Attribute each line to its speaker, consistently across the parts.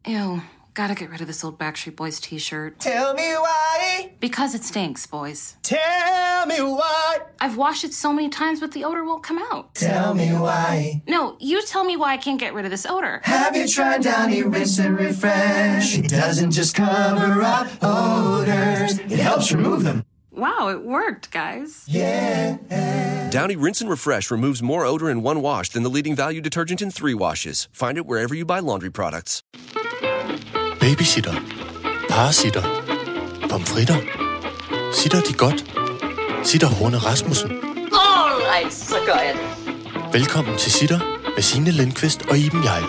Speaker 1: Ew. Gotta get rid of this old Backstreet Boys t-shirt.
Speaker 2: Tell me why.
Speaker 1: Because it stinks, boys.
Speaker 2: Tell me why.
Speaker 1: I've washed it so many times, but the odor won't come out.
Speaker 2: Tell me why.
Speaker 1: No, you tell me why I can't get rid of this odor.
Speaker 2: Have you tried Downy Rinse and Refresh? It doesn't just cover up odors. It helps remove them.
Speaker 1: Wow, it worked, guys.
Speaker 2: Yeah.
Speaker 3: Downy Rinse and Refresh removes more odor in one wash than the leading value detergent in 3 washes. Find it wherever you buy laundry products.
Speaker 4: Babysitter. Parasitter. Pomfritter. Sitter de godt? Sitter Horne Rasmussen.
Speaker 5: Alright, så gør jeg det.
Speaker 4: Velkommen til Sitter med Signe Lindqvist og Iben Hjejle.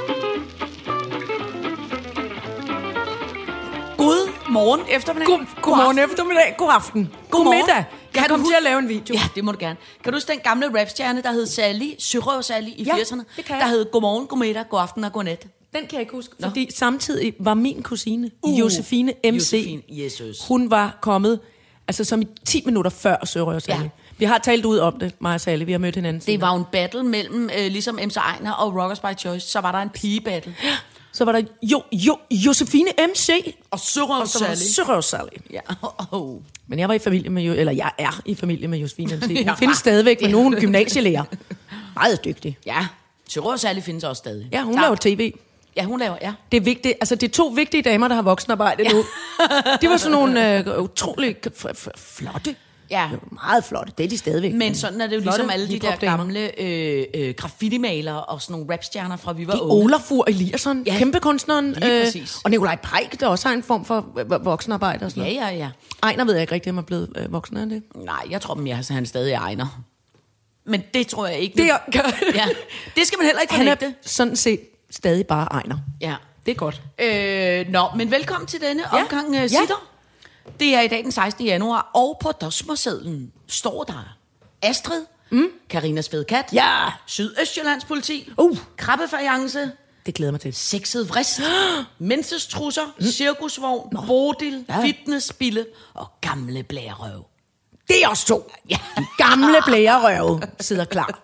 Speaker 6: God morgen eftermiddag.
Speaker 7: God morgen eftermiddag. God aften. God middag. Jeg kom til at lave en video.
Speaker 6: Ja, det må du gerne. Kan du huske den gamle rapstjerne, der hed Sally, Syrøv Sally i 80'erne?
Speaker 7: Det kan jeg.
Speaker 6: Der hed godmorgen, god middag, god aften og god nat.
Speaker 7: Den kan jeg ikke huske, fordi samtidig var min kusine, Josefine MC,
Speaker 6: Josefine, Jesus.
Speaker 7: hun var kommet, altså som i 10 minutter før Sørøv Sally. Ja. Vi har talt ud om det, mig og Sally, vi har mødt hinanden.
Speaker 6: Det var jo en battle mellem, ligesom MC Ejner og Rockers by Choice, så var der en pige-battle.
Speaker 7: Ja. Så var der Josefine MC
Speaker 6: og Sørøv Sally.
Speaker 7: Ja. Men jeg var i familie med, eller jeg er i familie med Josefine MC. Hun findes stadigvæk, men nu er hun gymnasielærer. Meget dygtig.
Speaker 6: Ja, Sørøv Sally findes også stadig.
Speaker 7: Ja, hun laver tv.
Speaker 6: Ja, hun laver, ja.
Speaker 7: Det er vigtigt. Altså, det er 2 vigtige damer, der har voksenarbejde nu. Det var sådan nogle utrolig flotte.
Speaker 6: Ja.
Speaker 7: Meget flotte. Det er de stadigvæk.
Speaker 6: Men sådan er det jo
Speaker 7: flotte,
Speaker 6: ligesom alle de der gamle graffiti-malere og sådan nogle rapstjerner fra vi var unge.
Speaker 7: Olafur Eliasson, ja. Kæmpe kunstneren. Og Nikolaj Preik, der også har en form for voksenarbejde og sådan noget.
Speaker 6: Ja.
Speaker 7: Ejner ved jeg ikke rigtig, om er blevet voksen, er det?
Speaker 6: Nej, jeg tror, han er stadig Ejner. Men det tror jeg ikke.
Speaker 7: Det
Speaker 6: skal man heller ikke fornægte.
Speaker 7: Han er sådan set stadig bare Ejner.
Speaker 6: Ja.
Speaker 7: Det er godt.
Speaker 6: Men velkommen til denne omgang Sitter. Det er i dag den 16. januar, og på dosmersedlen står der Astrid, Karina Svedkat, Sydøstjyllands politi, Krabbefajance,
Speaker 7: det glæder mig til,
Speaker 6: Sexet vrist, mensestrusser, cirkusvogn, Bodil, fitnessbille og gamle blærerøv.
Speaker 7: Det er også 2. Ja. Gamle blærerøv sidder klar.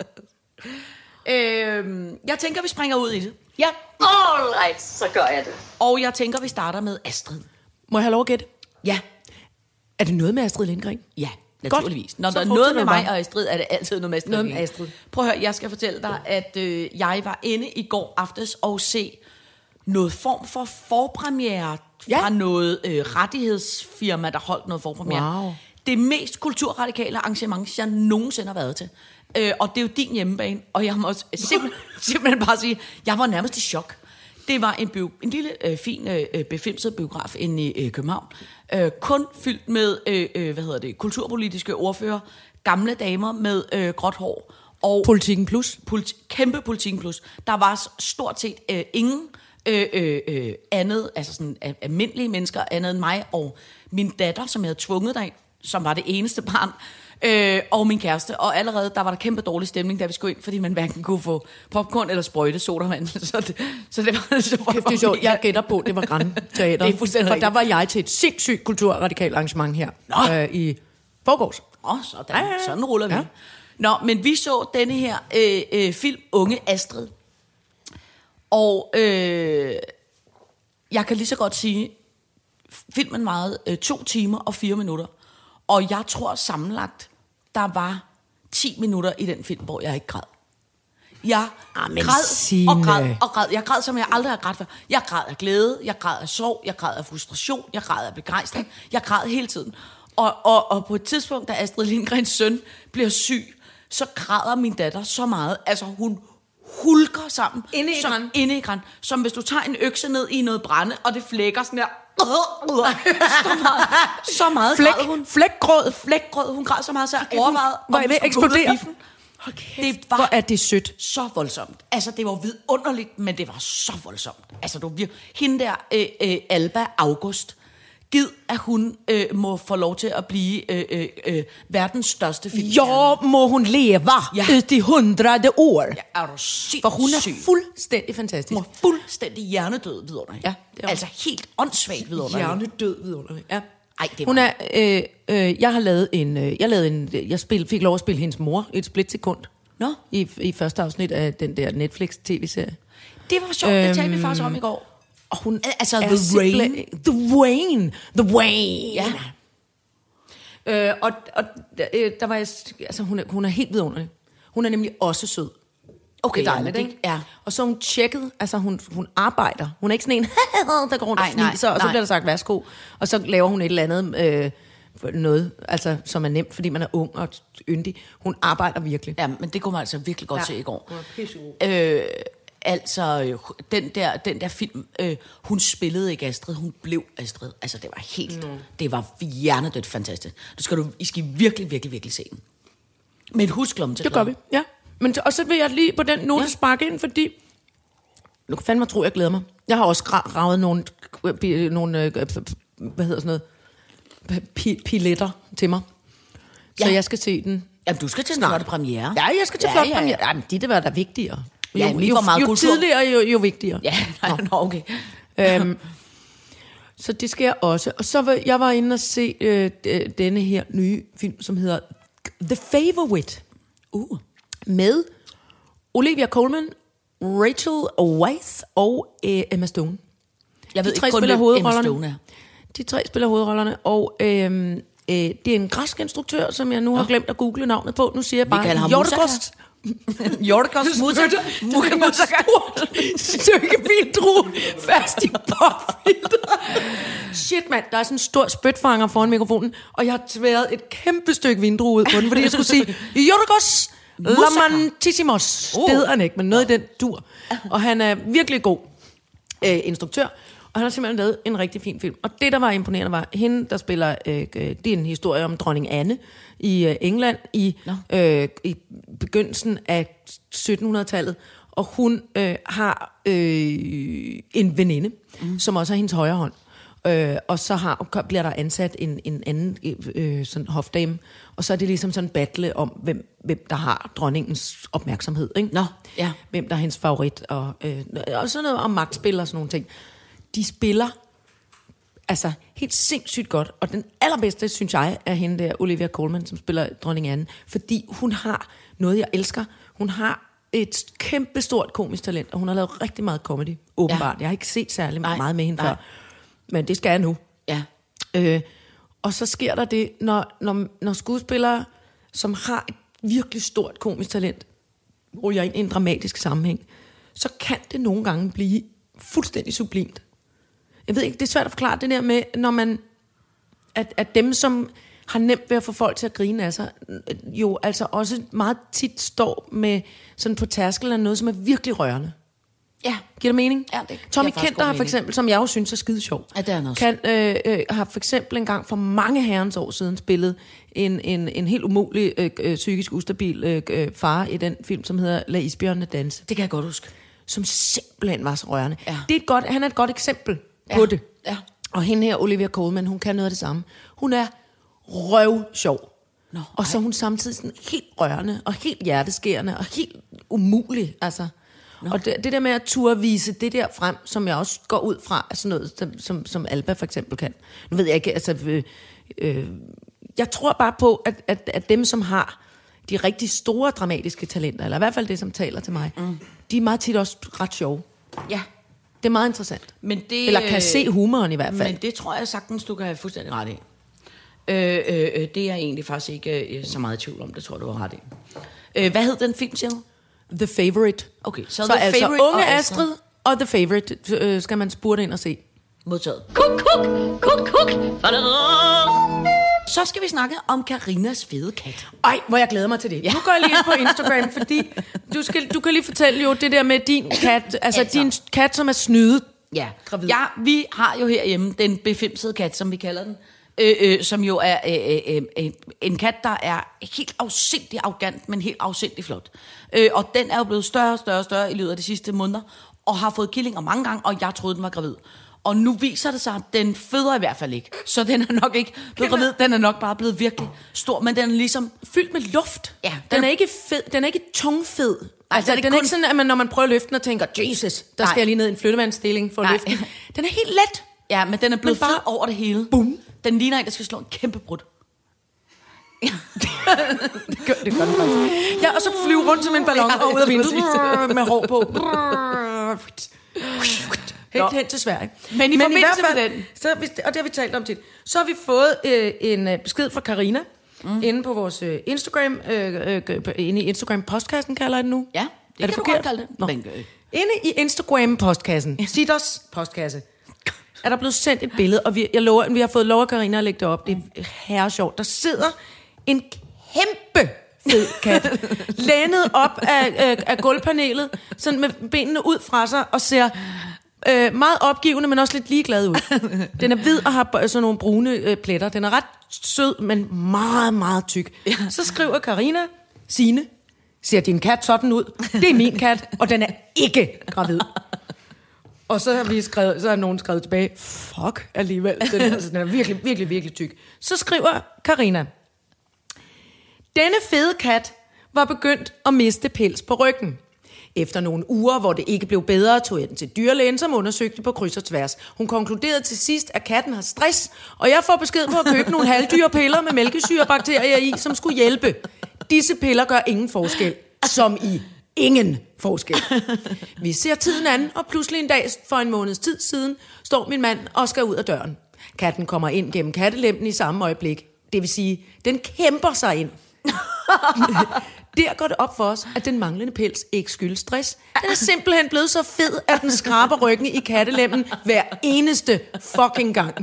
Speaker 6: Jeg tænker, vi springer ud i det. Ja.
Speaker 5: Alright, så gør jeg det.
Speaker 6: Og jeg tænker, vi starter med Astrid.
Speaker 7: Må jeg have lov at gætte?
Speaker 6: Ja.
Speaker 7: Er det noget med Astrid Lindgren?
Speaker 6: Ja, naturligvis. Når der er noget med mig og Astrid, er det altid noget med
Speaker 7: Astrid.
Speaker 6: Prøv at høre, jeg skal fortælle dig, at jeg var inde i går aftes og se noget form for forpremiere fra noget rettighedsfirma, der holdt noget forpremiere. Wow. Det mest kulturradikale arrangement, jeg nogensinde har været til. Og det er jo din hjemmebane, og jeg må simpelthen bare sige, jeg var nærmest i chok. Det var en lille, fin, befimset biograf inde i København. Kun fyldt med, kulturpolitiske ordfører, gamle damer med gråt hår. Og
Speaker 7: Politikken Plus.
Speaker 6: Kæmpe Politikken Plus. Der var stort set ingen andet, altså sådan almindelige mennesker, andet end mig og min datter, som jeg havde tvunget derind, som var det eneste barn, og min kæreste. Og allerede, der var der kæmpe dårlig stemning, da vi skulle ind, fordi man hverken kunne få popcorn eller sprøjte sodavand. Så det var
Speaker 7: sjovt. Jeg gætter på, det var Grand Teater.
Speaker 6: Det er fuldstændig
Speaker 7: for der var jeg til et sindssygt kulturradikalt arrangement her i forgårs.
Speaker 6: Sådan ruller vi. Ja. Men vi så denne her film, Unge Astrid. Og jeg kan lige så godt sige, filmen varede 2 timer og 4 minutter. Og jeg tror sammenlagt, der var 10 minutter i den film, hvor jeg ikke græd. Jeg græd. Jeg græd, som jeg aldrig har grædt før. Jeg græd af glæde, jeg græd af sorg, jeg græd af frustration, jeg græd af begejstring. Jeg græd hele tiden. Og på et tidspunkt, da Astrid Lindgrens søn bliver syg, så græder min datter så meget. Altså hun hulker sammen. Inde i græn. Som hvis du tager en økse ned i noget brænde, og det flækker sådan der. Så meget græd hun. Flækgrød. Hun græd så meget, så jeg overvejede,
Speaker 7: om det eksplodere.
Speaker 6: Det var,
Speaker 7: hvor er det sødt.
Speaker 6: Så voldsomt. Altså, det var vidunderligt, men det var så voldsomt. Altså, hende der, Alba August, gid, at hun må få lov til at blive verdens største filmstjerne.
Speaker 7: Ja, må hun leve ut i 100 år.
Speaker 6: Ja, er du syg.
Speaker 7: For hun er fuldstændig fantastisk.
Speaker 6: Hun er fuldstændig hjernedød vidunderlig.
Speaker 7: Ja,
Speaker 6: altså helt åndssvagt vidunderlig.
Speaker 7: Hjernedød vidunderlig, ja.
Speaker 6: Ej, det
Speaker 7: hun er, jeg fik lov at spille hendes mor et splitsekund.
Speaker 6: Nå?
Speaker 7: I første afsnit af den der Netflix-tv-serie.
Speaker 6: Det var sjovt, det talte vi faktisk om i går.
Speaker 7: Og hun
Speaker 6: Altså,
Speaker 7: er
Speaker 6: The Rain.
Speaker 7: The Rain.
Speaker 6: Ja.
Speaker 7: Der var jeg, altså hun er helt vidunderlig. Hun er nemlig også sød.
Speaker 6: Okay,
Speaker 7: Det er dejligt,
Speaker 6: ja,
Speaker 7: ikke?
Speaker 6: Ja.
Speaker 7: Og så hun tjekket, altså hun arbejder. Hun er ikke sådan en, der går rundt og fniser, og så bliver der sagt, værsgo. Og så laver hun et eller andet, noget, altså, som er nemt, fordi man er ung og yndig. Hun arbejder virkelig.
Speaker 6: Ja, men det kunne man altså virkelig godt se i går. Den der film, hun spillede ikke Astrid, hun blev Astrid. Altså, det var helt, det var hjernedødt fantastisk. I skal virkelig, virkelig, virkelig se den. Med et husklomme til.
Speaker 7: Det gør vi, ja. Men og så vil jeg lige på den note sparke ind, fordi nu kan fandme tro, jeg glæder mig. Jeg har også ravet nogle hvad hedder sådan noget, piletter til mig. Så jeg skal se den.
Speaker 6: Jamen, du skal til en flot premiere.
Speaker 7: Ja, jeg skal til flot premiere. Jamen, det var da vigtigere. Jo tidligere, jo vigtigere.
Speaker 6: Ja, okay.
Speaker 7: Så det skal jeg også. Og så jeg var inde og se denne her nye film, som hedder The Favourite. Med Olivia Colman, Rachel Weisz og Emma Stone.
Speaker 6: Jeg ved ikke kun, hvem Emma Stone er.
Speaker 7: De 3 spiller hovedrollerne, og det er en græsk instruktør, som jeg nu har glemt at google navnet på. Nu siger jeg bare Yorgos.
Speaker 6: Yorgos Moussaka.
Speaker 7: Stykke vildru fast i popfilter. Shit, mand, der er sådan en stor spytfanger foran mikrofonen, og jeg har tværet et kæmpe stykke vindrue ud på den, fordi jeg skulle sige Yorgos Lamantissimos. Det hedder han ikke, men noget i den dur. Og han er virkelig god instruktør, og han har simpelthen lavet en rigtig fin film. Og det, der var imponerende, var hende, der spiller, det er en historie om dronning Anne i England i begyndelsen af 1700-tallet. Og hun har en veninde, som også er hendes højre hånd. Og så bliver der ansat en anden sådan hofdame, og så er det ligesom sådan en battle om, hvem der har dronningens opmærksomhed, ikke? Hvem der er hendes favorit, og sådan noget om magtspil og sådan nogle ting. De spiller altså helt sindssygt godt, og den allerbedste, synes jeg, er hende der, Olivia Colman, som spiller dronning Anne, fordi hun har noget, jeg elsker. Hun har et kæmpe stort komisk talent, og hun har lavet rigtig meget comedy, åbenbart. Jeg har ikke set særlig meget med hende før. Men det skal jeg nu.
Speaker 6: Ja.
Speaker 7: Og så sker der det, når skuespillere, som har et virkelig stort komisk talent, ryger ind i en dramatisk sammenhæng, så kan det nogle gange blive fuldstændig sublimt. Jeg ved ikke, det er svært at forklare det der med, når man, at dem, som har nemt ved at få folk til at grine af sig, jo altså også meget tit står med sådan på tærskelen af noget, som er virkelig rørende.
Speaker 6: Ja.
Speaker 7: Giver det mening?
Speaker 6: Ja, det
Speaker 7: Tommy Kenter har for eksempel, som jeg jo synes er skide sjov, har for eksempel en gang for mange herrens år siden spillet en helt umulig psykisk ustabil far i den film, som hedder Lad isbjørnene danse.
Speaker 6: Det kan jeg godt huske.
Speaker 7: Som simpelthen var så rørende.
Speaker 6: Ja.
Speaker 7: Han er et godt eksempel på det.
Speaker 6: Ja.
Speaker 7: Og hende her, Olivia Colman, hun kan noget af det samme. Hun er røvsjov. Og så er hun samtidig sådan helt rørende, og helt hjerteskærende, og helt umulig, altså. Og det der med at turde vise det der frem, som jeg også går ud fra, altså noget, som Alba for eksempel kan. Nu ved jeg ikke, altså... jeg tror bare på, at dem, som har de rigtig store dramatiske talenter, eller i hvert fald det, som taler til mig, de er meget tit også ret sjove.
Speaker 6: Ja.
Speaker 7: Det er meget interessant.
Speaker 6: Men det,
Speaker 7: eller kan se humoren i hvert fald.
Speaker 6: Men det tror jeg sagtens, du kan have fuldstændig ret i. Det er jeg egentlig faktisk ikke så meget i tvivl om, det tror jeg, du har ret i. Hvad hed den film, siger du?
Speaker 7: The Favourite.
Speaker 6: Okay,
Speaker 7: så The altså Favorite unge Astrid og The Favourite skal man spurte ind og se.
Speaker 6: Modtaget. Kuk. Så skal vi snakke om Karinas fede kat.
Speaker 7: Ej, hvor jeg glæder mig til det. Ja. Nu går jeg lige ind på Instagram, fordi du kan lige fortælle jo det der med din kat, altså din kat, som er snydet.
Speaker 6: Ja, vi har jo herhjemme den befimsede kat, som vi kalder den. Som jo er en kat, der er helt afsindig arrogant, men helt afsindig flot. Og den er jo blevet større i løbet af de sidste måneder, og har fået killinger mange gange, og jeg troede, den var gravid. Og nu viser det sig, at den føder i hvert fald ikke. Så den er nok ikke blevet gravid, den er nok bare blevet virkelig stor, men den er ligesom
Speaker 7: fyldt med luft.
Speaker 6: Ja,
Speaker 7: den er ikke fed, den er ikke tungfed. Altså, den er ikke sådan, at man, når man prøver at løfte den og tænker, Jesus, der skal jeg lige ned i en flyttevandsstilling for at løfte den. Den er helt let.
Speaker 6: Ja, men den er blevet fed over det hele.
Speaker 7: Boom.
Speaker 6: Den ligner en, der skal slå en kæmpe brud.
Speaker 7: Ja. det gør den faktisk. Ja, og så flyve rundt som en ballon og ud af vinduet med hår på. Helt hen til Sverige.
Speaker 6: Men i forbindelse med den.
Speaker 7: Så, og det har vi talt om tit. Så har vi fået en besked fra Carina inde på vores Instagram, inde i Instagram-postkassen, kalder jeg det nu.
Speaker 6: Ja, det kan du godt kalde det. Men,
Speaker 7: inde i Instagram-postkassen, Sitters postkasse, er der blevet sendt et billede, og vi har fået lov af Carina at lægge det op. Det er herresjovt. Der sidder en kæmpe fed kat, lænet op af gulvpanelet, sådan med benene ud fra sig, og ser meget opgivende, men også lidt ligeglad ud. Den er hvid og har sådan nogle brune pletter. Den er ret sød, men meget, meget tyk. Så skriver Carina, Signe, ser din kat sådan ud? Det er min kat, og den er ikke gravid. Og så har nogen skrevet tilbage, fuck alligevel, den er virkelig, virkelig, virkelig tyk. Så skriver Carina, denne fede kat var begyndt at miste pels på ryggen. Efter nogle uger, hvor det ikke blev bedre, tog jeg den til dyrlægen, som undersøgte på kryds og tværs. Hun konkluderede til sidst, at katten har stress, og jeg får besked på at købe nogle halvdyre piller med mælkesyrebakterier i, som skulle hjælpe. Disse piller gør ingen forskel, som i ingen forskel. Vi ser tiden an, og pludselig en dag for en måneds tid siden, står min mand og skal ud af døren. Katten kommer ind gennem kattelemmen i samme øjeblik. Det vil sige, den kæmper sig ind. Der går det op for os, at den manglende pels ikke skyldes stress. Den er simpelthen blevet så fed, at den skraber ryggen i kattelemmen hver eneste fucking gang.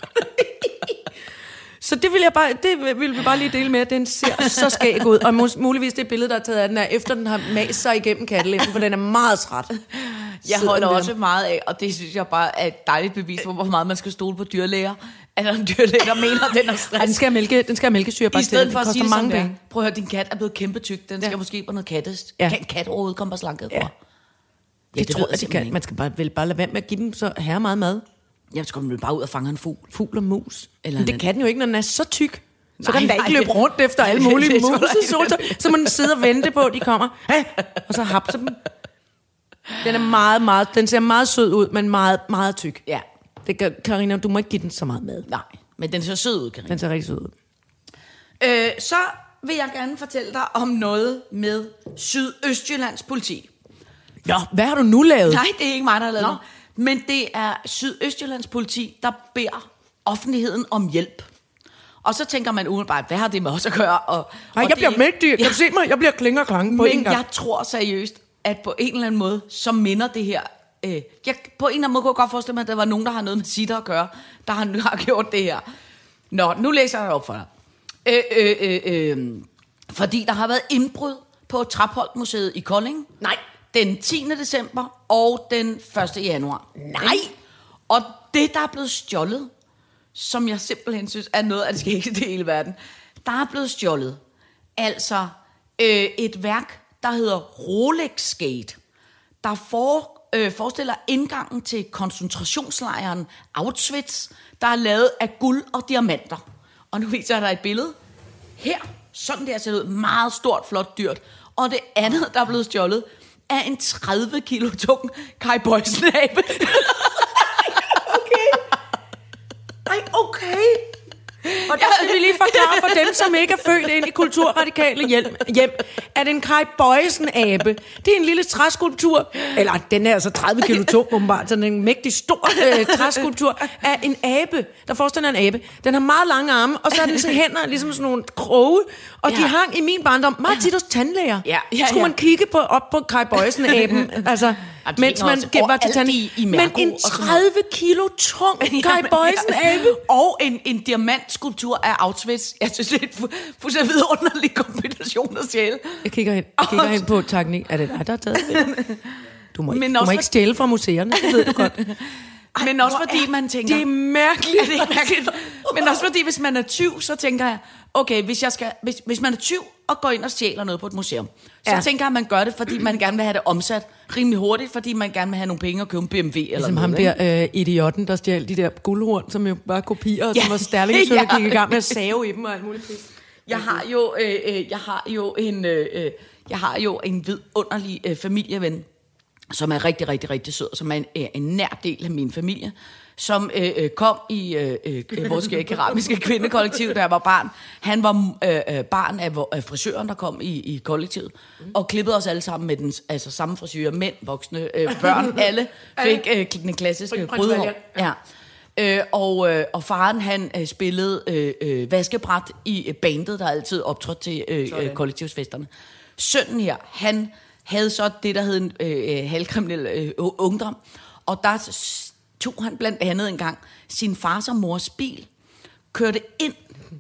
Speaker 7: Så det vil vi bare lige dele med, at den ser så skæg ud. Og muligvis det billede, der er taget af den, er efter den har mast sig igennem kattelemmen, for den er meget træt.
Speaker 6: Jeg holder også meget af, og det synes jeg bare er et dejligt bevis på, hvor meget man skal stole på dyrlæger. Er der en dyrlæge, der mener, at den er stress?
Speaker 7: Den skal have mælkesyrebakterier.
Speaker 6: I stedet for at sige
Speaker 7: mange
Speaker 6: penge. Prøv at høre, din kat er blevet kæmpe tyk. Den skal måske på noget kattest. Kan en kat overhovedet komme på slanket for?
Speaker 7: Ja, det tror jeg, det kan. Man skal bare lade være med at give dem så her meget mad.
Speaker 6: Jeg skal vel bare ud og fange en fugl.
Speaker 7: Fugl og mus.
Speaker 6: Eller
Speaker 7: men det kan den jo ikke, når den er så tyk. Så
Speaker 6: Nej,
Speaker 7: kan den da ikke løbe rundt efter alle mulige mus. Så må den sidde og vente på, at de kommer. Og så hapse dem. Den er meget, meget, den ser meget sød ud, men meget, meget tyk.
Speaker 6: Ja.
Speaker 7: Carina, du må ikke give den så meget mad.
Speaker 6: Nej, men den ser sød ud, Carina.
Speaker 7: Den ser rigtig sød ud.
Speaker 6: Så vil jeg gerne fortælle dig om noget med Sydøstjyllands politi.
Speaker 7: Nå, hvad har du nu lavet?
Speaker 6: Nej, det er ikke mig, der har lavet det. Men det er Sydøstjyllands politi, der beder offentligheden om hjælp. Og så tænker man umiddelbart, hvad har det med os at gøre?
Speaker 7: Nej, jeg bliver mægtig. Kan du se mig? Jeg bliver kling og klang på en gang.
Speaker 6: Men jeg tror seriøst, at på en eller anden måde, så minder det her... på en eller anden måde kunne jeg godt forestille mig, at der var nogen, der har noget med sitter at gøre, der har gjort det her. Nå, nu læser jeg det op for dig. Fordi der har været indbrud på Trapholt-museet i Kolding.
Speaker 7: Nej.
Speaker 6: Den 10. december og den 1. januar.
Speaker 7: Nej!
Speaker 6: Og det, der er blevet stjålet, som jeg simpelthen synes er noget af det skæggeste i hele verden, der er blevet stjålet. Altså et værk, der hedder Rolex-skate, der forestiller indgangen til koncentrationslejren Auschwitz, der er lavet af guld og diamanter. Og nu viser jeg dig et billede. Her, sådan der ser det ud, meget stort, flot, dyrt. Og det andet, der er blevet stjålet, er en 30 kilo tung Kai Boysen-abe. Okay. Og der skal vi lige forklare for dem, som ikke er født ind i kulturradikale hjem, at en Kai Boysen-abe, det er en lille træskulptur, eller den er altså 30 kilo tung, åbenbart, sådan en mægtig stor træskulptur af en abe, der forestiller en abe. Den har meget lange arme, og så er den så hænder, ligesom sådan nogle kroge, og de hang i min barndom meget tit hos tandlæger. Skulle man kigge op på Kai Boysen-aben, altså... mens man var til tanden. Men en 30 kilo tung Kai Boysen-abe. Og en diamantskulptur af Auschwitz. Jeg synes, det er en fuldstændig vidunderlig kombination af sjæle.
Speaker 7: Jeg kigger hen på teknik. Er det dig, der har taget det? Du må ikke stjæle fra museerne, det ved du godt.
Speaker 6: Men også fordi man tænker...
Speaker 7: Det er mærkeligt.
Speaker 6: Det er mærkeligt. Men også fordi, hvis man er tyv, så tænker jeg... Okay, hvis man er tyv og går ind og stjæler noget på et museum, så tænker jeg, at man gør det, fordi man gerne vil have det omsat rimelig hurtigt, fordi man gerne vil have nogle penge og købe en BMW eller
Speaker 7: ligesom
Speaker 6: noget.
Speaker 7: Ham der idioten, der stjal de der guldhorn, som jo bare kopier, og som var Sterling, der gik i gang med at save i dem og alt muligt.
Speaker 6: Jeg har jo en vidunderlig familieven, som er rigtig, rigtig, rigtig sød, som er en nær del af min familie, som kom i vores keramiske kvindekollektiv, da jeg var barn. Han var barn af frisøren, der kom i kollektivet, og klippede os alle sammen med den samme frisør. Mænd, voksne, børn, alle fik den klassiske rødhår. Ja. Og faren, han spillede vaskebræt i bandet, der altid optrådte til kollektivsfesterne. Sønnen her, han havde så det, der hed en halvkriminel ungdom, og der tog han blandt andet engang sin fars og mors bil, kørte ind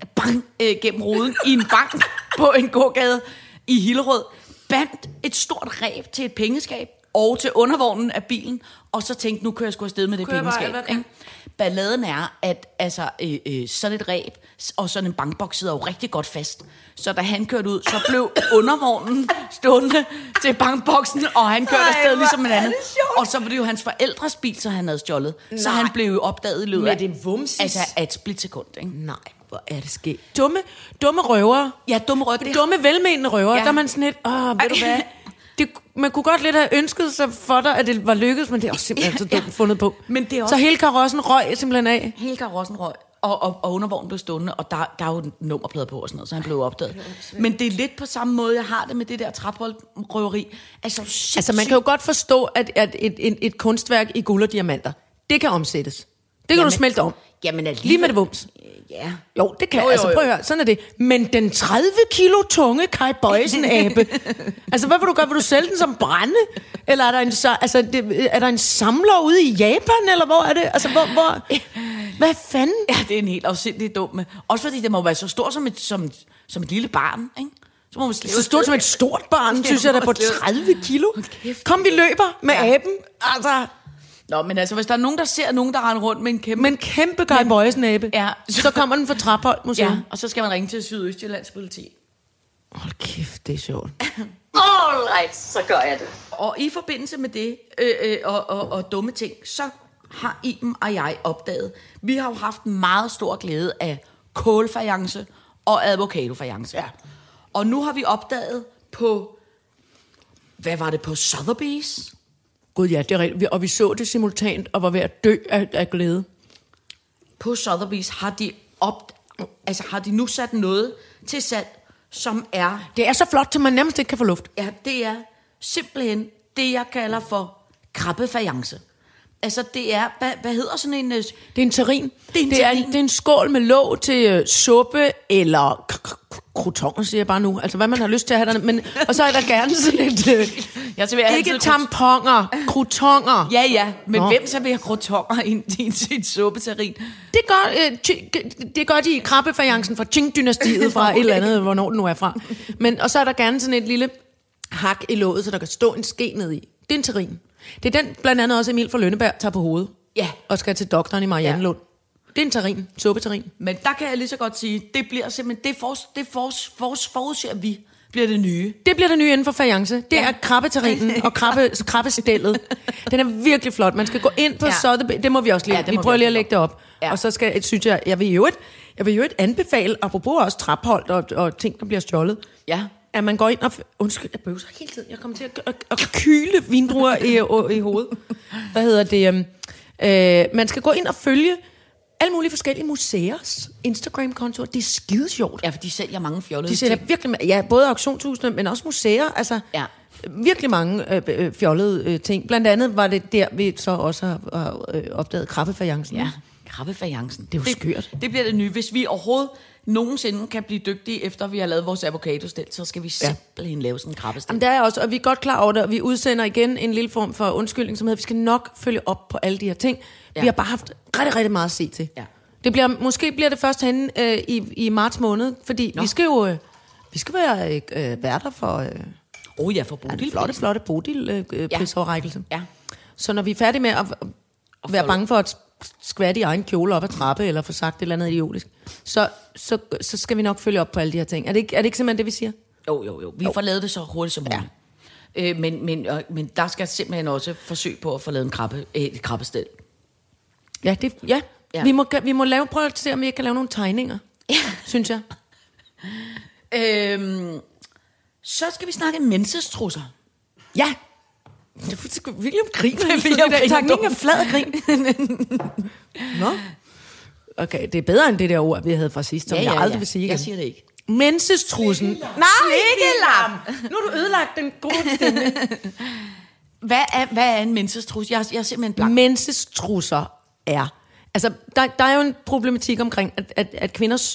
Speaker 6: gennem ruden i en bank på en gågade i Hillerød, bandt et stort reb til et pengeskab og til undervognen af bilen, og så tænkte, nu kører jeg sgu afsted med det pengeskab. Balladen er, at sådan et reb og sådan en bankboks sidder jo rigtig godt fast. Så da han kørte ud, så blev undervognen stående til bankboksen, og han kørte afsted ligesom en anden. Og så var det jo hans forældres bil, så han havde stjålet. Nej. Så han blev jo opdaget i løbet af et splitsekund. Ikke?
Speaker 7: Nej, hvor er det sket. Dumme røvere.
Speaker 6: Ja, dumme røvere.
Speaker 7: Dumme, velmenende røvere. Der er man sådan lidt, ved du hvad... Man kunne godt lidt have ønsket sig for dig, at det var lykkedes, men det er også simpelthen så dumt fundet på. Men det er også... Så hele karossen røg simpelthen af?
Speaker 6: Hele karossen røg, og undervognen blev stående, og der er jo nummerplader på og sådan noget, så han blev opdaget. Men det er lidt på samme måde, jeg har det med det der trapholdt-røveri. Altså
Speaker 7: man kan jo godt forstå, at et kunstværk i guld og diamanter, det kan omsættes. Det kan du smelte om.
Speaker 6: Jamen
Speaker 7: lige med det vums.
Speaker 6: Ja.
Speaker 7: Jo, det kan. Jo. Altså prøv at høre, sådan er det. Men den 30 kilo tunge Kai Bøjsen-abe, altså hvad vil du gøre? Vil du sælge den som brænde? Eller er der en samler ude i Japan, eller hvor er det? Altså hvor hvad fanden?
Speaker 6: Ja, det er en helt afsindig dumme. Også fordi det må være så stort som et lille barn, ikke?
Speaker 7: Så stort som et stort barn, synes jeg, der på 30 kilo. Kom, vi løber med aben. Altså...
Speaker 6: Nå, men altså, hvis der er nogen, der ser nogen, der render rundt med en
Speaker 7: kæmpe Kai Bøjsen-abe, så kommer den fra Trapholt Museum.
Speaker 6: Ja, og så skal man ringe til Sydøstjyllands politi.
Speaker 7: Hold kæft, det er sjovt.
Speaker 5: Alright, så gør jeg det.
Speaker 6: Og i forbindelse med det og dumme ting, så har Iben og jeg opdaget, vi har jo haft meget stor glæde af kålfajance og avocadofajance. Ja. Og nu har vi opdaget på, hvad var det, på Sotheby's?
Speaker 7: Gud ja, det er rigtigt. Og vi så det simultant og var ved at dø af glæde.
Speaker 6: På Sotheby's har de nu sat noget til salg, som er...
Speaker 7: Det er så flot, at man nærmest ikke kan få luft.
Speaker 6: Ja, det er simpelthen det, jeg kalder for krabbefajance. Altså, det er... Hvad hedder sådan en... Det
Speaker 7: er en terrin. Det er en skål med låg til suppe eller croutons, siger jeg bare nu. Altså, hvad man har lyst til at have der. Men, og så er der gerne sådan et... ikke tamponer, croutoner.
Speaker 6: Ja, men hvem serverer croutoner i en suppeterrin?
Speaker 7: Det gør de i krabbefajancen fra Qing-dynastiet fra et eller andet, hvornår den nu er fra. Men, og så er der gerne sådan et lille hak i låget, så der kan stå en ske ned i. Det er en terrin. Det er den, blandt andet også Emil fra Lønneberg tager på hovedet.
Speaker 6: Ja.
Speaker 7: Og skal til doktoren i Mariannelund. Ja. Det er en terrin, suppeterrin.
Speaker 6: Men der kan jeg lige så godt sige, det bliver simpelthen, det forudser vi, bliver det nye.
Speaker 7: Det bliver det nye inden for fajance. Det er krabbeterrinen og krabbestillet. Den er virkelig flot. Man skal gå ind på Sotheby's. Det må vi også lige. Ja, vi prøver lige at lægge det op. Ja. Og så synes jeg vil jo et anbefale, apropos også Trapholt og ting, der bliver stjålet.
Speaker 6: Ja.
Speaker 7: At man går ind og... Undskyld, jeg bøvser hele tiden. Jeg kommer til at kyle vindruer i hovedet. Hvad hedder det? Man skal gå ind og følge alle mulige forskellige museers Instagram-kontoer. Det er skide sjovt.
Speaker 6: Ja, for de sælger mange fjollede
Speaker 7: ting. De sælger virkelig... både auktionshusene, men også museer. Altså, virkelig mange fjollede ting. Blandt andet var det der, vi så også har opdaget krabbefajancen.
Speaker 6: Ja, krabbefajancen.
Speaker 7: Det er jo skørt.
Speaker 6: Det bliver det nye. Hvis vi overhovedet nogensinde kan blive dygtige, efter vi har lavet vores avocadostel, så skal vi simpelthen lave sådan en krabbestel.
Speaker 7: Jamen, der er også, og vi er godt klar over det, og vi udsender igen en lille form for undskyldning, som hedder, vi skal nok følge op på alle de her ting. Ja. Vi har bare haft rigtig, rigtig meget at se til. Ja. Måske bliver det først henne i marts måned, fordi vi skal jo være værter for...
Speaker 6: for Bodil.
Speaker 7: Flotte Bodil-prisoverrækkelse.
Speaker 6: Ja.
Speaker 7: Så når vi er færdige med at være bange for at skvatte i egen kjole op ad trappe, eller få sagt et eller andet idiotisk, så skal vi nok følge op på alle de her ting. Er det ikke simpelthen det, vi siger?
Speaker 6: Jo. Vi får lavet det så hurtigt som muligt. Ja. Men der skal simpelthen også forsøg på at få lavet et krabbestel.
Speaker 7: Ja. Vi må prøve at se, om vi ikke kan lave nogle tegninger, synes jeg.
Speaker 6: Så skal vi snakke mensestrusser.
Speaker 7: Ja. William griner.
Speaker 6: Tanken
Speaker 7: er flad grin. Nå. Okay, det er bedre end det der ord, vi havde fra sidst, som jeg aldrig vil sige igen.
Speaker 6: Jeg siger det ikke.
Speaker 7: Mensestrussen. Nej,
Speaker 6: Slikkelam!
Speaker 7: Nu har du ødelagt den gode stemme.
Speaker 6: Hvad er en mensestrus? Jeg er simpelthen blank.
Speaker 7: Mensestrusser er... Altså, der er jo en problematik omkring, at kvinders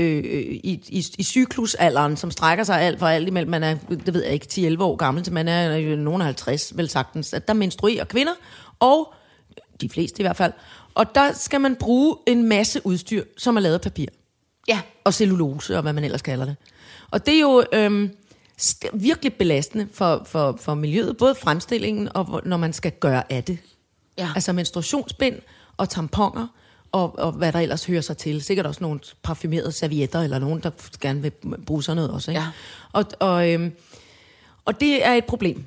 Speaker 7: i cyklusalderen, som strækker sig alt for alt imellem, man er, det ved jeg ikke, 10-11 år gammel, til man er nogen af 50, vel sagtens, at der menstruerer kvinder, og de fleste i hvert fald, og der skal man bruge en masse udstyr, som er lavet af papir.
Speaker 6: Ja.
Speaker 7: Og cellulose, og hvad man ellers kalder det. Og det er jo virkelig belastende for miljøet, både fremstillingen og når man skal gøre af det.
Speaker 6: Ja.
Speaker 7: Altså menstruationsbind og tamponer, og hvad der ellers hører sig til. Sikkert også nogle parfumerede servietter, eller nogen, der gerne vil bruge sådan noget også. Ikke?
Speaker 6: Ja.
Speaker 7: Og det er et problem.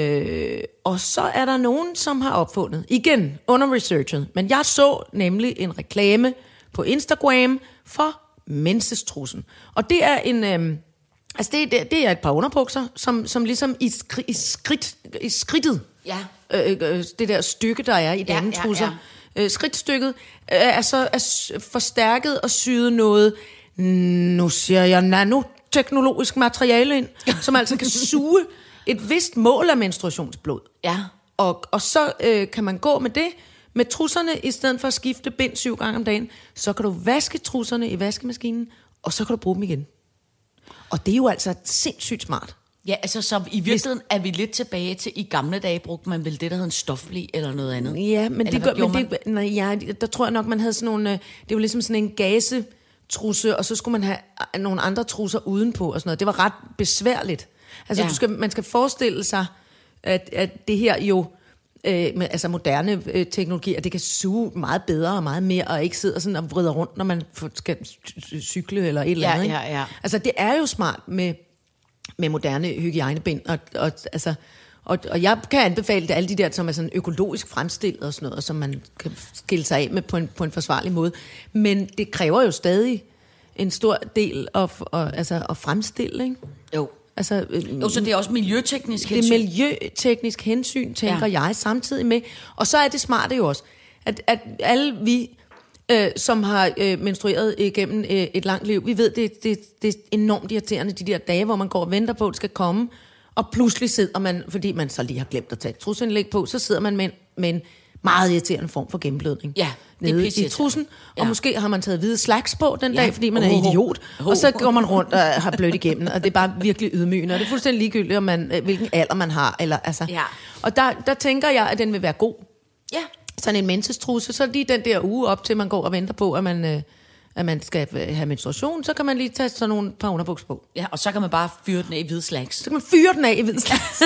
Speaker 7: Og så er der nogen, som har opfundet, igen under researchet, men jeg så nemlig en reklame på Instagram for mensestrussen. Og det er en... altså det er et par underbukser, som ligesom i skridtet,
Speaker 6: Ja.
Speaker 7: Det der stykke, der er i dametrusser, skridtstykket, er så forstærket og syet noget, nu siger jeg, nanoteknologisk materiale ind, som altså kan suge et vist mål af menstruationsblod.
Speaker 6: Ja.
Speaker 7: Og så kan man gå med det, med trusserne, i stedet for at skifte bind 7 gange om dagen, så kan du vaske trusserne i vaskemaskinen, og så kan du bruge dem igen. Og det er jo altså sindssygt smart.
Speaker 6: Ja, altså så i virkeligheden er vi lidt tilbage til, i gamle dage brugte man vel det, der hed en stofblæ eller noget andet.
Speaker 7: Ja, men
Speaker 6: eller
Speaker 7: der tror jeg nok, man havde sådan nogle, det var ligesom sådan en gasetrusse, og så skulle man have nogle andre trusser udenpå og sådan noget. Det var ret besværligt. Altså man skal forestille sig, at det her jo, altså moderne teknologier, det kan suge meget bedre og meget mere, og ikke sidder sådan og vrider rundt, når man skal cykle eller et eller andet.
Speaker 6: Ja.
Speaker 7: Altså det er jo smart med moderne hygiejnebind, og jeg kan anbefale det, alle de der, som er sådan økologisk fremstillet og sådan noget, som man kan skille sig af med på en forsvarlig måde. Men det kræver jo stadig en stor del at fremstille, ikke?
Speaker 6: Jo.
Speaker 7: Altså,
Speaker 6: så det er også miljøteknisk hensyn.
Speaker 7: Det er miljøteknisk hensyn, tænker jeg, samtidig med. Og så er det smarte jo også, at alle vi, som har menstrueret igennem et langt liv, vi ved, det er enormt irriterende, de der dage, hvor man går og venter på, at det skal komme, og pludselig sidder man, fordi man så lige har glemt at tage et trusindlæg på, så sidder man med en meget irriterende form for gennemblødning.
Speaker 6: Ja, det er
Speaker 7: nede i trussen, og måske har man taget hvide slacks på den dag, fordi man er idiot, og så går man rundt og har blødt igennem, og det er bare virkelig ydmygende, og det er fuldstændig ligegyldigt, hvilken alder man har. Eller, altså. Ja. Og der tænker jeg, at den vil være god.
Speaker 6: Ja.
Speaker 7: Sådan en mensestrusse, så lige den der uge op til, man går og venter på, at man skal have menstruation, så kan man lige tage sådan nogle par underbuks på.
Speaker 6: Ja, og så kan man bare fyre den af i hvide slacks.
Speaker 7: Så kan man fyre den af i hvide slacks.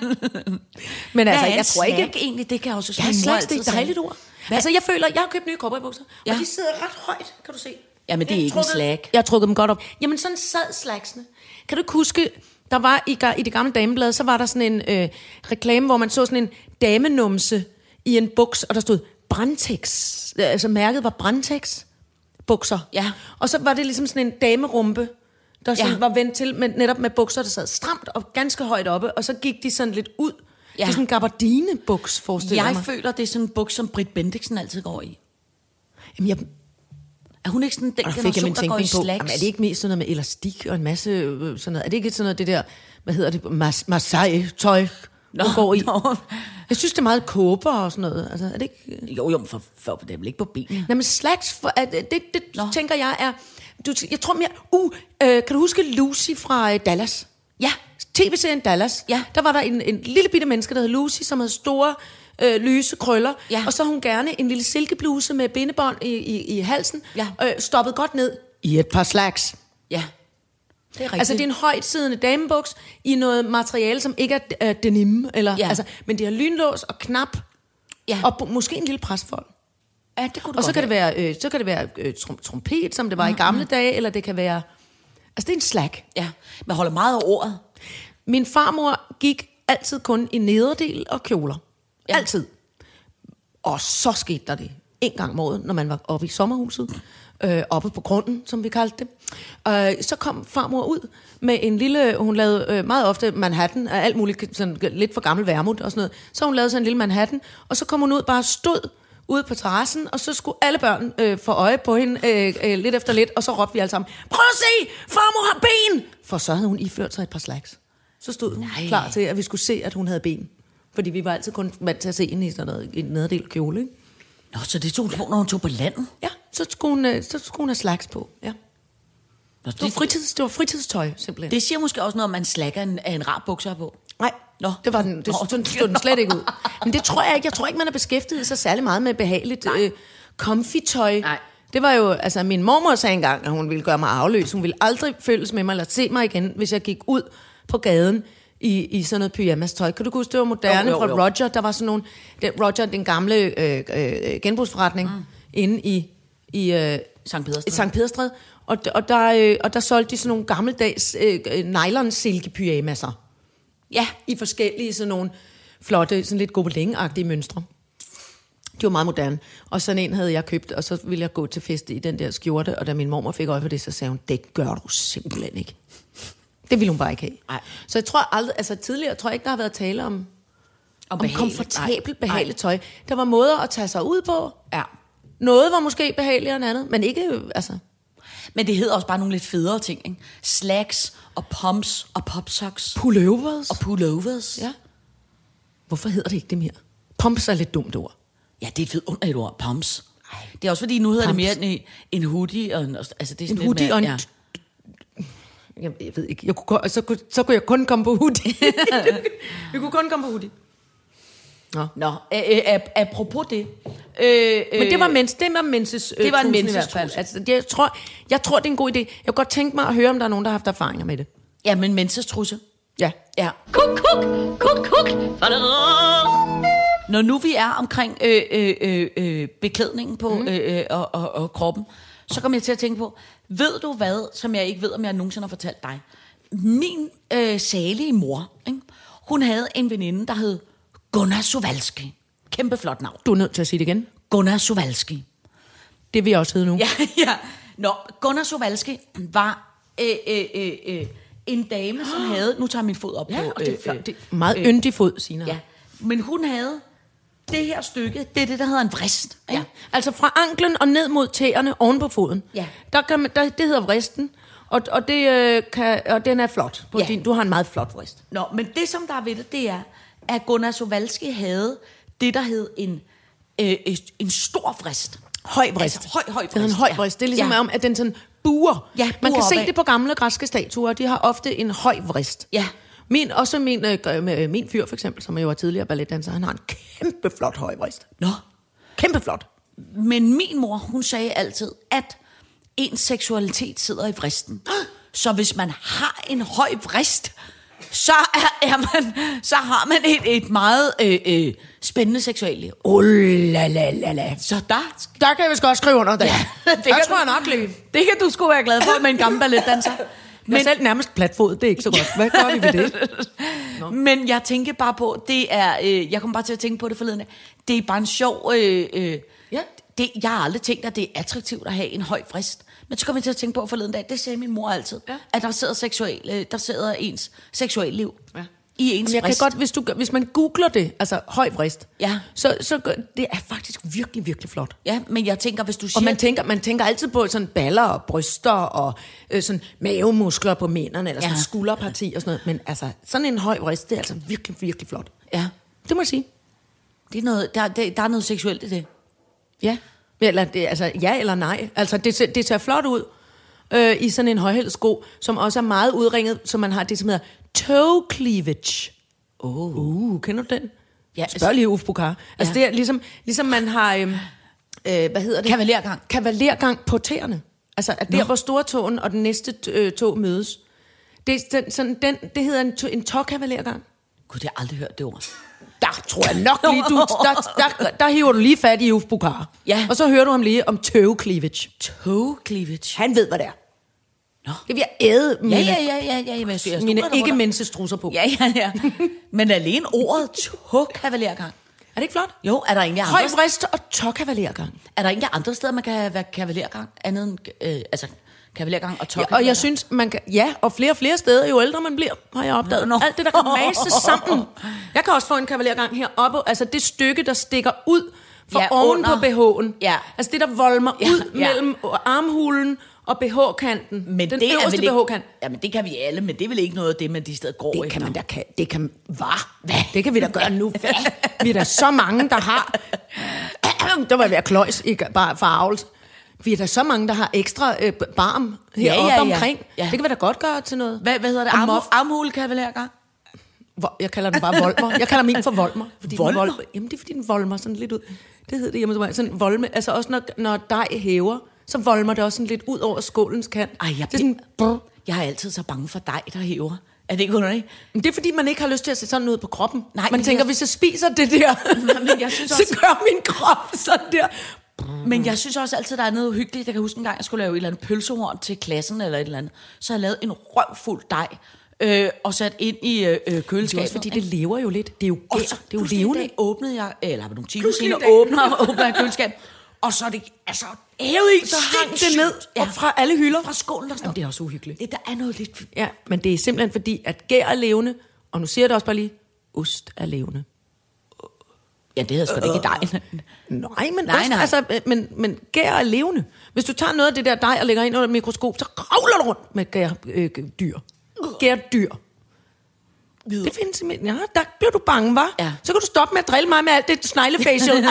Speaker 7: Men altså, jeg tror ikke...
Speaker 6: egentlig, det kan også
Speaker 7: smage slacks, det er et dejligt ord. Altså, jeg føler, jeg har købt nye cowboybukser, og de sidder ret højt, kan du se.
Speaker 6: Jamen, det er ikke en slack.
Speaker 7: Jeg har trukket dem godt op. Jamen, sådan sad slacksene. Kan du ikke huske, der var i det gamle dameblad, så var der sådan en reklame, hvor man så sådan en damenumse i en buks, og der stod Brantex. Altså, mærket var Brantex bukser. Ja. Og så var det ligesom sådan en damerumpe, der sådan var vendt til, netop med bukser, der sad stramt og ganske højt oppe, og så gik de sådan lidt ud. Ja. Det er sådan en gabardinebuks, forestiller jeg mig.
Speaker 6: Jeg føler, det er sådan en buks, som Britt Bendiksen altid går i.
Speaker 7: Jamen,
Speaker 6: er hun ikke sådan den generation, der går i slacks?
Speaker 7: Jamen, er det ikke mest sådan noget med elastik og en masse sådan noget? Er det ikke sådan noget, det der, hvad hedder det, Marseille-tøj, hun går i? Jeg synes, det er meget kåber og sådan noget. Altså, er det ikke...
Speaker 6: Jo, for det er vel ikke på benene.
Speaker 7: Nej, men slacks, det tænker jeg er... Jeg tror mere... kan du huske Lucy fra Dallas?
Speaker 6: Ja.
Speaker 7: TV-serien Dallas. Ja. Der var der en lille bitte menneske, der hed Lucy, som havde store lyse krøller. Ja. Og så hun gerne en lille silkebluse med bindebånd i halsen. Ja. Stoppet godt ned i et par slacks.
Speaker 6: Ja. Det er rigtigt.
Speaker 7: Altså, det er en højtsiddende damebuks i noget materiale, som ikke er denim. Eller, altså, men det har lynlås og knap. Ja. Og måske en lille presfold.
Speaker 6: Ja, det kunne
Speaker 7: og så kan, så kan det være trompet, som det var i gamle dage, eller det kan være... Altså, det er en slack.
Speaker 6: Ja, man holder meget af ordet.
Speaker 7: Min farmor gik altid kun i nederdel og kjoler. Ja. Altid. Og så skete der det, en gang om året, når man var oppe i sommerhuset, oppe på grunden, som vi kaldte det. Så kom farmor ud med en lille, hun lavede meget ofte Manhattan, af alt muligt, sådan lidt for gammel vermut og sådan noget. Så hun lavede sådan en lille Manhattan, og så kom hun ud, bare stod ude på terrassen, og så skulle alle børn få øje på hende lidt efter lidt, og så råbte vi alle sammen, prøv at se, farmor har ben! For så havde hun iført sig et par slacks. Så stod hun klar til, at vi skulle se, at hun havde ben. Fordi vi var altid kun vant til at se hende i sådan noget, en nederdel kjole, ikke?
Speaker 6: Nå, så det tog hun på, når hun tog på landet?
Speaker 7: Ja, så skulle hun have slacks på, ja.
Speaker 6: Nå,
Speaker 7: Det var fritidstøj, simpelthen.
Speaker 6: Det siger måske også noget, om man slakker en rar bukser på.
Speaker 7: Nej, det var den. Sådan stod den slet ikke ud. Men det tror jeg ikke. Jeg tror ikke, man har beskæftiget sig særlig meget med behageligt comfy tøj.
Speaker 6: Nej.
Speaker 7: Det var jo, altså min mormor sagde engang, at hun ville gøre mig arveløs. Hun ville aldrig følges med mig eller se mig igen, hvis jeg gik ud på gaden i sådan noget pyjamas-tøj. Kan du huske, det var moderne fra Roger? Der var sådan nogle, Roger, den gamle genbrugsforretning inde i Sankt Pederstræde. Og der solgte de sådan nogle gammeldags nylon-silke-pyjamaser. Ja, i forskellige sådan nogle flotte, sådan lidt gobelin-agtige mønstre. De var meget moderne. Og sådan en havde jeg købt, og så ville jeg gå til fest i den der skjorte, og da min mormor fik øje på det, så sagde hun, det gør du simpelthen ikke. Det ville hun bare ikke have. Ej. Så jeg tror aldrig, altså tidligere tror jeg ikke, der har været tale om komfortabelt, behageligt tøj. Der var måder at tage sig ud på. Ja. Noget var måske behageligere end andet, men ikke, altså...
Speaker 6: Men det hedder også bare nogle lidt federe ting, ikke? Slacks og pumps og popsocks.
Speaker 7: Pullovers. Ja. Hvorfor hedder det ikke det mere? Pumps er lidt dumt ord.
Speaker 6: Ja, det er et vidunderligt ord, pumps. Det er også fordi, nu hedder det mere en hoodie. Og, altså, det er
Speaker 7: en hoodie og en... Jeg ved ikke, så kunne jeg kun komme på hoodie. Vi kunne kun komme på hoodie.
Speaker 6: Nå, apropos det.
Speaker 7: Men det var menses
Speaker 6: det var en
Speaker 7: i hvert fald. Altså, jeg tror, det er en god idé. Jeg kunne godt tænke mig at høre, om der er nogen, der har haft erfaringer med det.
Speaker 6: Ja, men menses trusse.
Speaker 7: Ja.
Speaker 5: Kuk.
Speaker 6: Når nu vi er omkring beklædningen på og kroppen, så kommer jeg til at tænke på, ved du hvad, som jeg ikke ved, om jeg nogensinde har fortalt dig? Min salige mor, ikke? Hun havde en veninde, der hed Gunnar Suwalski. Kæmpe flot navn.
Speaker 7: Du er nødt til at sige det igen.
Speaker 6: Gunnar Suwalski.
Speaker 7: Det vil jeg også hedde nu.
Speaker 6: Ja. Nå, Gunnar Suwalski var en dame, som havde... Nu tager min fod op på...
Speaker 7: Det er flot. Meget yndig fod, Sina.
Speaker 6: Ja, men hun havde det her stykke, det er det, der hedder en vrist.
Speaker 7: Ja. Altså fra anklen og ned mod tæerne oven på foden. Ja. Det hedder vristen, og den er flot. Du har en meget flot vrist.
Speaker 6: Nå, men det, som der er ved det er, at Gunnar Suwalski havde det, der hed en stor vrist.
Speaker 7: Høj vrist.
Speaker 6: Altså, høj vrist.
Speaker 7: Det hedder en høj vrist. Det er ligesom om, at den sådan buer.
Speaker 6: Ja,
Speaker 7: man kan se det på gamle græske statuer. De har ofte en høj vrist.
Speaker 6: Ja.
Speaker 7: Min fyr for eksempel, som jo er tidligere balletdanser, han har en kæmpe flot høj vrist.
Speaker 6: Nå.
Speaker 7: Kæmpe flot.
Speaker 6: Men min mor, hun sagde altid, at ens seksualitet sidder i vristen. Så hvis man har en høj vrist, så har man et meget spændende seksualliv. Så
Speaker 7: der kan jeg vist godt skrive under det. Ja, det tror jeg nok lige.
Speaker 6: Det kan du sgu være glad for med en gammel balletdanser.
Speaker 7: Men selv nærmest platfod, det er ikke så godt. Hvad gør vi ved det?
Speaker 6: Men jeg tænker bare på, det er... jeg kom bare til at tænke på det forleden. Det er bare en sjov... jeg har aldrig tænkt, at det er attraktivt at have en høj vrist. Men så kom jeg til at tænke på forleden dag, det sagde min mor altid, at der sidder ens seksualliv i ens
Speaker 7: jeg
Speaker 6: vrist.
Speaker 7: Kan godt, hvis man googler det, altså høj vrist, så det er faktisk virkelig, virkelig flot.
Speaker 6: Ja, men jeg tænker, hvis du siger...
Speaker 7: Og man tænker altid på sådan baller og bryster og sådan mavemuskler på mændene, eller sådan skulderparti og sådan noget. Men altså, sådan en høj vrist, det er altså virkelig, virkelig flot.
Speaker 6: Ja.
Speaker 7: Det må jeg sige.
Speaker 6: Det er noget, der er noget seksuelt i det.
Speaker 7: Ja. Eller ja eller nej. Altså, det ser flot ud i sådan en højhældet sko, som også er meget udringet, så man har det, som hedder toe cleavage. Kender du den? Ja. Spørg lige Uffe Bukar. Altså, det er ligesom man har, hvad hedder det?
Speaker 6: Kavalergang.
Speaker 7: Kavalergang på tæerne. Altså, at der, hvor stortåen og den næste tå mødes. Det hedder en tåkavalergang.
Speaker 6: Gud, jeg har aldrig hørt det ord.
Speaker 7: Der tror jeg nok lige, der hiver du lige fat i Uffe Bukar.
Speaker 6: Ja.
Speaker 7: Og så hører du ham lige om toe cleavage.
Speaker 6: Toe cleavage?
Speaker 7: Han ved, hvad det er.
Speaker 6: Nå.
Speaker 7: Det vil jeg æde mine ikke mensestrusser på.
Speaker 6: Ja. Men alene ordet tåkavalergang.
Speaker 7: det ikke flot?
Speaker 6: Jo, er der egentlig
Speaker 7: Høj
Speaker 6: andre,
Speaker 7: vrist og tåkavalergang.
Speaker 6: er der egentlig andre steder, man kan være kavalergang? Andet end, altså, kavalergang og
Speaker 7: Ja,
Speaker 6: tåkavalergang?
Speaker 7: og jeg synes, man kan... Ja, og flere steder, jo ældre man bliver, har jeg opdaget.
Speaker 6: Nå.
Speaker 7: Alt det, der kan mases sammen. Jeg kan også få en kavalergang heroppe. Altså det stykke, der stikker ud fra oven på BH'en.
Speaker 6: Ja.
Speaker 7: Altså det, der volmer ud
Speaker 6: ja.
Speaker 7: mellem armhulen og BH-kanten.
Speaker 6: Men
Speaker 7: den
Speaker 6: det er
Speaker 7: øverste
Speaker 6: vel ikke,
Speaker 7: BH-kant.
Speaker 6: jamen det kan vi alle, men det er vel ikke noget af det, man de steder går
Speaker 7: Det
Speaker 6: efter.
Speaker 7: kan man da Hvad? Det kan vi da gøre nu. Vi er da så mange, der har... Der var jeg ved at kløjs, bare farvels. Vi er der så mange, der har ekstra barm heroppe omkring. Ja. Det kan vi da godt gøre til noget.
Speaker 6: Hvad hedder det? Armhulekavalergang?
Speaker 7: Jeg kalder den bare volmer. Jeg kalder min for volmer. Fordi
Speaker 6: Volmer?
Speaker 7: Jamen det er fordi den volmer sådan lidt ud. Det hedder det hjemme. Sådan volme. Altså også når dej hæver, så volmer det også sådan lidt ud over skålens kant.
Speaker 6: Ej,
Speaker 7: det er sådan,
Speaker 6: jeg er altid så bange for dig, der hæver. Er det ikke underligt?
Speaker 7: Men det er fordi, man ikke har lyst til at se sådan ud på kroppen.
Speaker 6: Nej,
Speaker 7: man tænker, hvis jeg spiser det der,
Speaker 6: men jeg synes også,
Speaker 7: så gør min krop sådan der.
Speaker 6: Men jeg synes også altid, der er noget hyggeligt. Jeg kan huske en gang, jeg skulle lave et eller andet pølsehorn til klassen eller et eller andet. Så har jeg lavet en røvfuld dej og sat ind i køleskabet.
Speaker 7: Det er også fordi, det lever jo lidt. Det er jo gær. Det er jo levende.
Speaker 6: Dag åbnede jeg, eller nogle timer senere, åbner jeg køleskabet. Og så er det altså hævet i,
Speaker 7: Så hang det ned fra alle hylder.
Speaker 6: Fra skålen, der står.
Speaker 7: Jamen, det er også uhyggeligt.
Speaker 6: Der er noget lidt...
Speaker 7: Ja, men det er simpelthen fordi, at gær er levende, og nu siger jeg det også bare lige, ost er levende.
Speaker 6: Ja, det hedder sgu da ikke dig.
Speaker 7: Nej, men ost, altså, men gær er levende. Hvis du tager noget af det der dej og lægger ind under et mikroskop, så kravler du rundt med gærdyr. Gærdyr. Det findes simpelthen. Ja, der bliver du bange, hva'?
Speaker 6: Ja.
Speaker 7: Så kan du stoppe med at drille mig med alt det sneglefacial.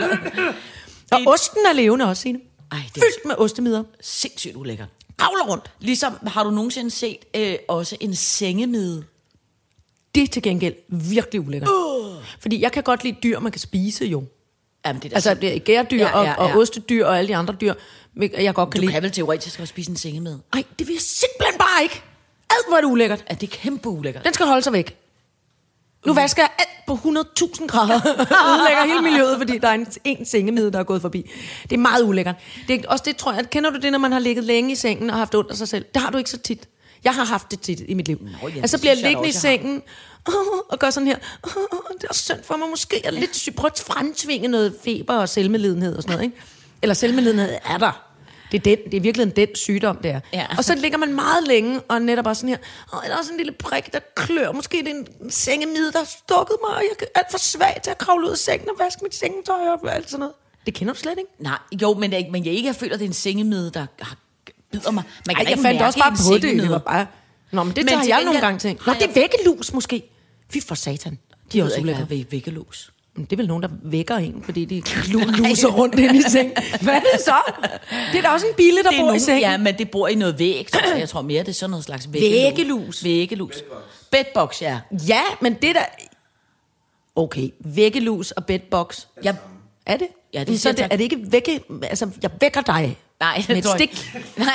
Speaker 7: Og osten er levende også, Signe. Fyldt med ostemider.
Speaker 6: Sindssygt ulækkert.
Speaker 7: Kravler rundt.
Speaker 6: Ligesom, har du nogensinde set også en sengemide?
Speaker 7: Det er til gengæld virkelig ulækkert. Fordi jeg kan godt lide dyr, man kan spise jo.
Speaker 6: Jamen, det er
Speaker 7: Altså det er gærdyr og ostedyr og alle de andre dyr, jeg godt kan lide.
Speaker 6: Du kan vel teoretisk også spise en sengemide?
Speaker 7: Nej, det vil jeg simpelthen bare ikke. Alt hvor er det ulækkert.
Speaker 6: Er det kæmpe ulækkert?
Speaker 7: Den skal holde sig væk. Nu vasker jeg alt på 100.000 grader. Ødelægger hele miljøet, fordi der er en sengemide, der er gået forbi. Det er meget ulækkert. Det er også det, tror jeg. Kender du det, når man har ligget længe i sengen og haft ondt af sig selv? Det har du ikke så tit. Jeg har haft det tit i mit liv. Så bliver jeg liggende i sengen og gør sådan her. Det er synd for mig. Måske er lidt prøv at fremtvinge noget feber og selvmedlidenhed og sådan noget. Ikke? Eller selvmedlidenhed er der. Det er virkelig den sygdom, der.
Speaker 6: Ja.
Speaker 7: Og så ligger man meget længe, og netop bare sådan her, og der er også en lille prik, der klør. Måske det er en sengemide, der har stukket mig, og jeg er alt for svag til at kravle ud af sengen og vaske mit sengetøj op og alt sådan noget. Det kender du slet ikke?
Speaker 6: Nej, jo, men jeg ikke føler, at det er en sengemide, der bider mig. Man kan
Speaker 7: jeg fandt også bare på det. Det var bare... Nå, men det tager jeg nogle gange tænkt. Nå, det er vækkelus måske. Fy for satan. De er også ulækkere.
Speaker 6: Vækkelus.
Speaker 7: Men det er vel nogen, der vækker en, fordi de luser rundt ind i sengen. Hvad er det så? Det er da også en bille, der bor i sengen.
Speaker 6: Ja, men det bor i noget væg. Jeg tror mere, det er sådan noget slags
Speaker 7: vækkelus.
Speaker 6: Vækkelus. Bedbox, ja.
Speaker 7: Ja, men det der... Okay, vækkelus og bedbox. Ja, er det?
Speaker 6: Ja, det
Speaker 7: så er det ikke vække... Altså, jeg vækker dig.
Speaker 6: Nej,
Speaker 7: med et stik. Nej.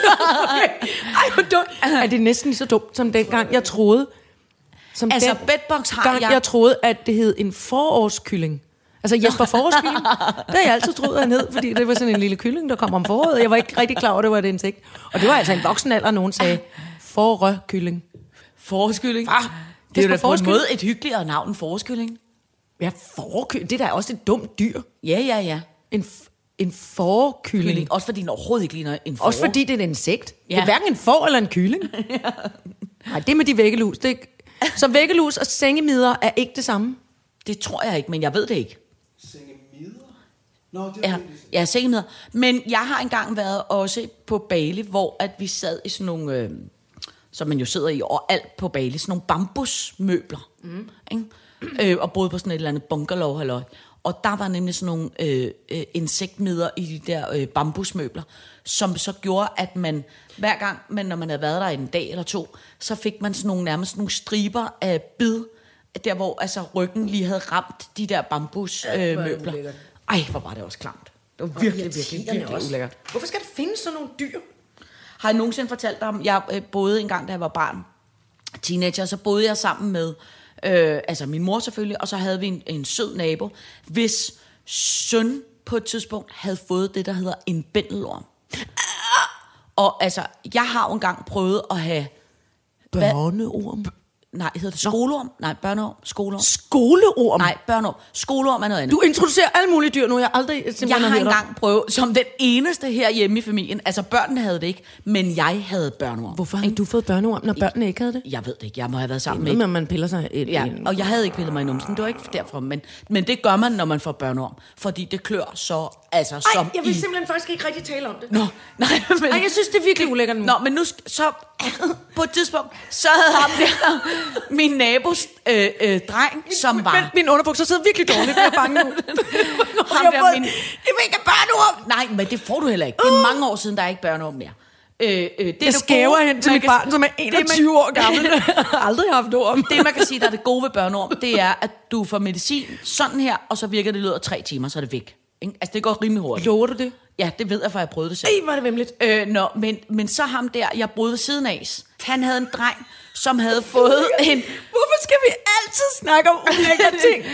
Speaker 7: Ej, hvor dumt. Er det næsten lige så dumt, som dengang jeg troede... Som
Speaker 6: altså, bedbox har
Speaker 7: jeg troede, at det hed en forårskylling. Altså Jesper Forårskylling. Det har jeg altid troet, han hed, fordi det var sådan en lille kylling, der kom om foråret. Jeg var ikke rigtig klar over, at det var et insekt. Og det var altså en voksen alder, nogen sagde. Forårkylling.
Speaker 6: Forårskylling? Det er jo da på en måde et hyggeligere navn end forårskylling.
Speaker 7: Ja, forårkylling. Det er da også et dumt dyr.
Speaker 6: Ja.
Speaker 7: En forårkylling.
Speaker 6: Også fordi den overhovedet ikke ligner en forår.
Speaker 7: Også fordi det er et insekt. Ja. Det er hverken en får eller en kylling. Nej, det med de vækkelus, det er ikke... Så vækkelus og sengemider er ikke det samme?
Speaker 6: Det tror jeg ikke, men jeg ved det ikke.
Speaker 4: Sengemider? Nå, det er
Speaker 6: ja, sengemider. Men jeg har engang været også på Bali, hvor at vi sad i sådan nogle, som man jo sidder i overalt på Bali, sådan nogle bambusmøbler. Ikke? Og boede på sådan et eller andet bungalow, halløj. Og der var nemlig sådan nogle insektmider i de der bambusmøbler, som så gjorde, at man hver gang, når man havde været der en dag eller to, så fik man sådan nogle, nærmest nogle striber af bid, der hvor altså ryggen lige havde ramt de der bambusmøbler. Ej, hvor var det også klamt. Det var virkelig ulækkert.
Speaker 7: Hvorfor skal der findes sådan nogle dyr?
Speaker 6: Har jeg nogensinde fortalt dig om, jeg boede en gang, da jeg var barn, teenager, så boede jeg sammen med altså min mor selvfølgelig, og så havde vi en sød nabo, hvis søn på et tidspunkt havde fået det, der hedder en bændelorm. Og altså, jeg har jo engang prøvet at have...
Speaker 7: Børneorm?
Speaker 6: Nej, hedder det skoleorm? Nej, børneorm. Skoleorm.
Speaker 7: Skoleorm?
Speaker 6: Nej, børneorm. Skoleorm er noget andet.
Speaker 7: Du introducerer alle mulige dyr nu. Jeg
Speaker 6: har engang prøvet, som den eneste her hjemme i familien, altså børnene havde det ikke, men jeg havde børneorm.
Speaker 7: Hvorfor havde du fået børneorm, når børnene ikke havde det?
Speaker 6: Jeg ved det ikke, jeg må have været sammen med.
Speaker 7: Men man piller sig
Speaker 6: og jeg havde ikke pillet mig i numsen, det var ikke derfor, men det gør man, når man får børneorm, fordi det klør så, altså som
Speaker 7: jeg vil simpelthen faktisk ikke rigtig tale om det.
Speaker 6: Nå, nej, men...
Speaker 7: jeg synes, det er virkelig ulækkert nu.
Speaker 6: Nå, men nu, så på et tidspunkt, så havde ham der, min nabos dreng, som var...
Speaker 7: Min underbukser sidder virkelig dårligt, jeg er bange nu.
Speaker 6: Jeg vil ikke have børneorm! Nej, men det får du heller ikke. Det er mange år siden, der er ikke børneorm mere.
Speaker 7: Jeg skæver hen til mit barn, som er 21 år gammel. Jeg har aldrig haft orm.
Speaker 6: Det, man kan sige, der er det gode ved børneorm, det er, at du får medicin sådan her, og så virker det i løbet af 3 timer, så er det væk. Altså, det går rimelig hurtigt.
Speaker 7: Lover du det?
Speaker 6: Ja, det ved jeg, for jeg prøvede det selv.
Speaker 7: Ej, var det vemmeligt.
Speaker 6: Men så ham der, jeg boede ved siden af, han havde en dreng, som havde fået en...
Speaker 7: Hvorfor skal vi altid snakke om ulækre ting?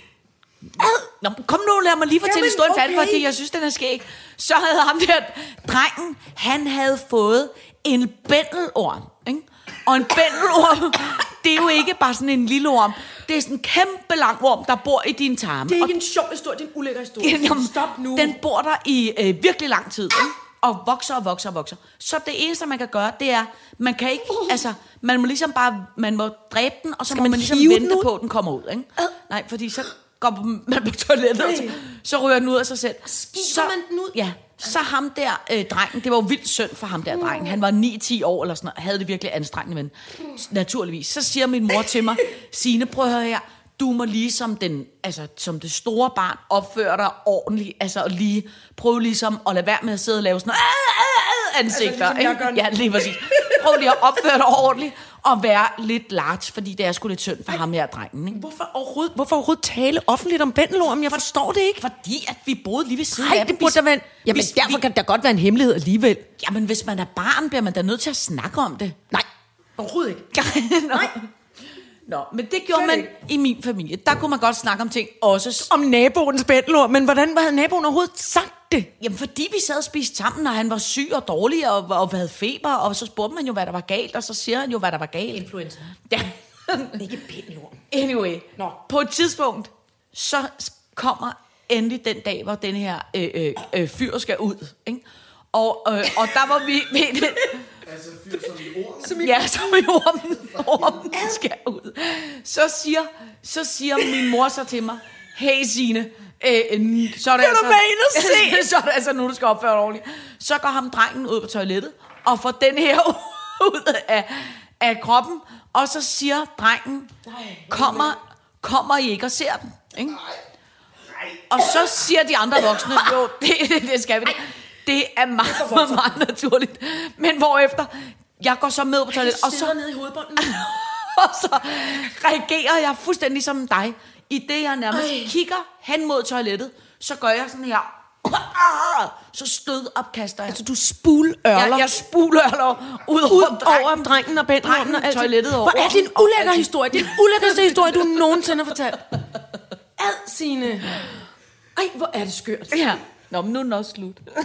Speaker 6: Nå, kom nu, lad mig lige fortælle historien færdig, fordi jeg synes, den er skæg. Så havde ham der drengen, han havde fået en bændelorm, ikke? Og en bændelorm, det er jo ikke bare sådan en lille orm. Det er sådan en kæmpe lang orm, der bor i din tarme.
Speaker 7: Det er ikke en sjov historie, det er en ulækker historie. Stop nu.
Speaker 6: Den bor der i virkelig lang tid, ikke? Og vokser og vokser og vokser. Så det eneste, man kan gøre, det er, man kan ikke, altså, man må ligesom bare, man må dræbe den, og så må man ligesom vente på, at den kommer ud, ikke? Nej, fordi så går man på toilettet, og så ryger den ud af sig selv.
Speaker 7: Så man den ud?
Speaker 6: Ja. Så ham der drengen, det var jo vildt synd for ham der drengen. Han var 9-10 år eller sådan noget, havde det virkelig anstrengende, men naturligvis. Så siger min mor til mig, Signe, prøv at høre her, du må lige som det store barn opføre dig ordentligt, altså og lige prøve ligesom at lade være med at sidde og lave sådan ansigter. Altså, ligesom ja, lige præcis. Prøv lige at opføre dig ordentligt og være lidt large, fordi det er sgu lidt synd for ham her drengen. Ikke?
Speaker 7: Hvorfor overhovedet tale offentligt om bændelorm? Jeg forstår det ikke.
Speaker 6: Fordi at vi boede lige ved siden
Speaker 7: af dem. Det burde der være jamen derfor kan der godt være en hemmelighed alligevel.
Speaker 6: Jamen hvis man er barn, bliver man da nødt til at snakke om det.
Speaker 7: Nej, overhovedet ikke.
Speaker 6: Nej. Nå, men det gjorde man i min familie. Der kunne man godt snakke om ting også.
Speaker 7: Om naboens bændelorm, men hvordan havde naboen overhovedet sagt det?
Speaker 6: Jamen fordi vi sad og spiste sammen, og han var syg og dårlig og havde feber, og så spurgte man jo, hvad der var galt, og så siger han jo, hvad der var galt.
Speaker 7: Influenza.
Speaker 6: Ja.
Speaker 7: Ikke bændelorm.
Speaker 6: Anyway, på et tidspunkt, så kommer endelig den dag, hvor den her fyr skal ud, ikke? Og der var vi ved det.
Speaker 4: Altså fyr som i ormen?
Speaker 6: Ja, som i ormen skal ud. Så siger min mor så til mig, hey Signe, så er det altså, så er det altså nu, du skal opføre dig ordentligt. Så går ham drengen ud på toilettet, og får den her ud af kroppen, og så siger drengen, kommer I ikke og ser den? Ikke? Og så siger de andre voksne, jo, det skal vi det. Det er meget, meget naturligt. Men hvorefter, jeg går så med på toilettet, og så
Speaker 7: ned i hovedbunden.
Speaker 6: og så reagerer jeg fuldstændig som dig. I det, jeg nærmest kigger hen mod toilettet, så gør jeg sådan her. Så stødopkaster jeg.
Speaker 7: Altså, du spulørler?
Speaker 6: Jeg spulørler ud
Speaker 7: over drengen og bændelormen og alt
Speaker 6: toilettet over.
Speaker 7: Hvor er det en ulækker historie? Det er den ulækkerste historie, du nogensinde har fortalt. Signe. Ej, hvor er det skørt.
Speaker 6: Ja. Nå, men nu er den også slut.
Speaker 7: Det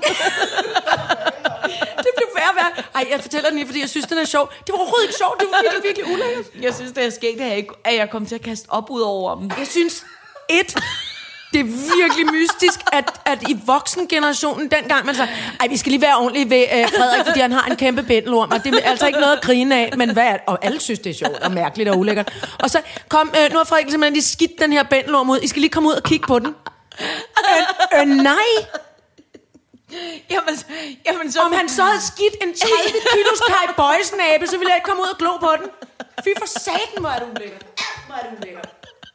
Speaker 7: blev værre. Ej, jeg fortæller den lige, fordi jeg synes, den er sjov. Det var overhovedet ikke sjovt. Det var virkelig, virkelig ulækkert.
Speaker 6: Jeg synes, det er sket, at jeg kom til at kaste op ud over dem.
Speaker 7: Jeg synes, det er virkelig mystisk, at i voksengenerationen dengang, man sagde, ej, vi skal lige være ordentlige ved Frederik, fordi han har en kæmpe bændelorm, og det er altså ikke noget at grine af, men hvad er, og alle synes, det er sjovt og mærkeligt og ulækkert. Og så kom, nu har Frederik simpelthen lige skidt den her bændelorm ud. I skal lige komme ud og kigge på den. Nej.
Speaker 6: Jamen så...
Speaker 7: Om han så havde skidt en 30 kilos Kai Boys-næbe, så ville jeg ikke komme ud og glo på den. Fy for satan, hvor er det ulækkert. Hvor er det ulækkert.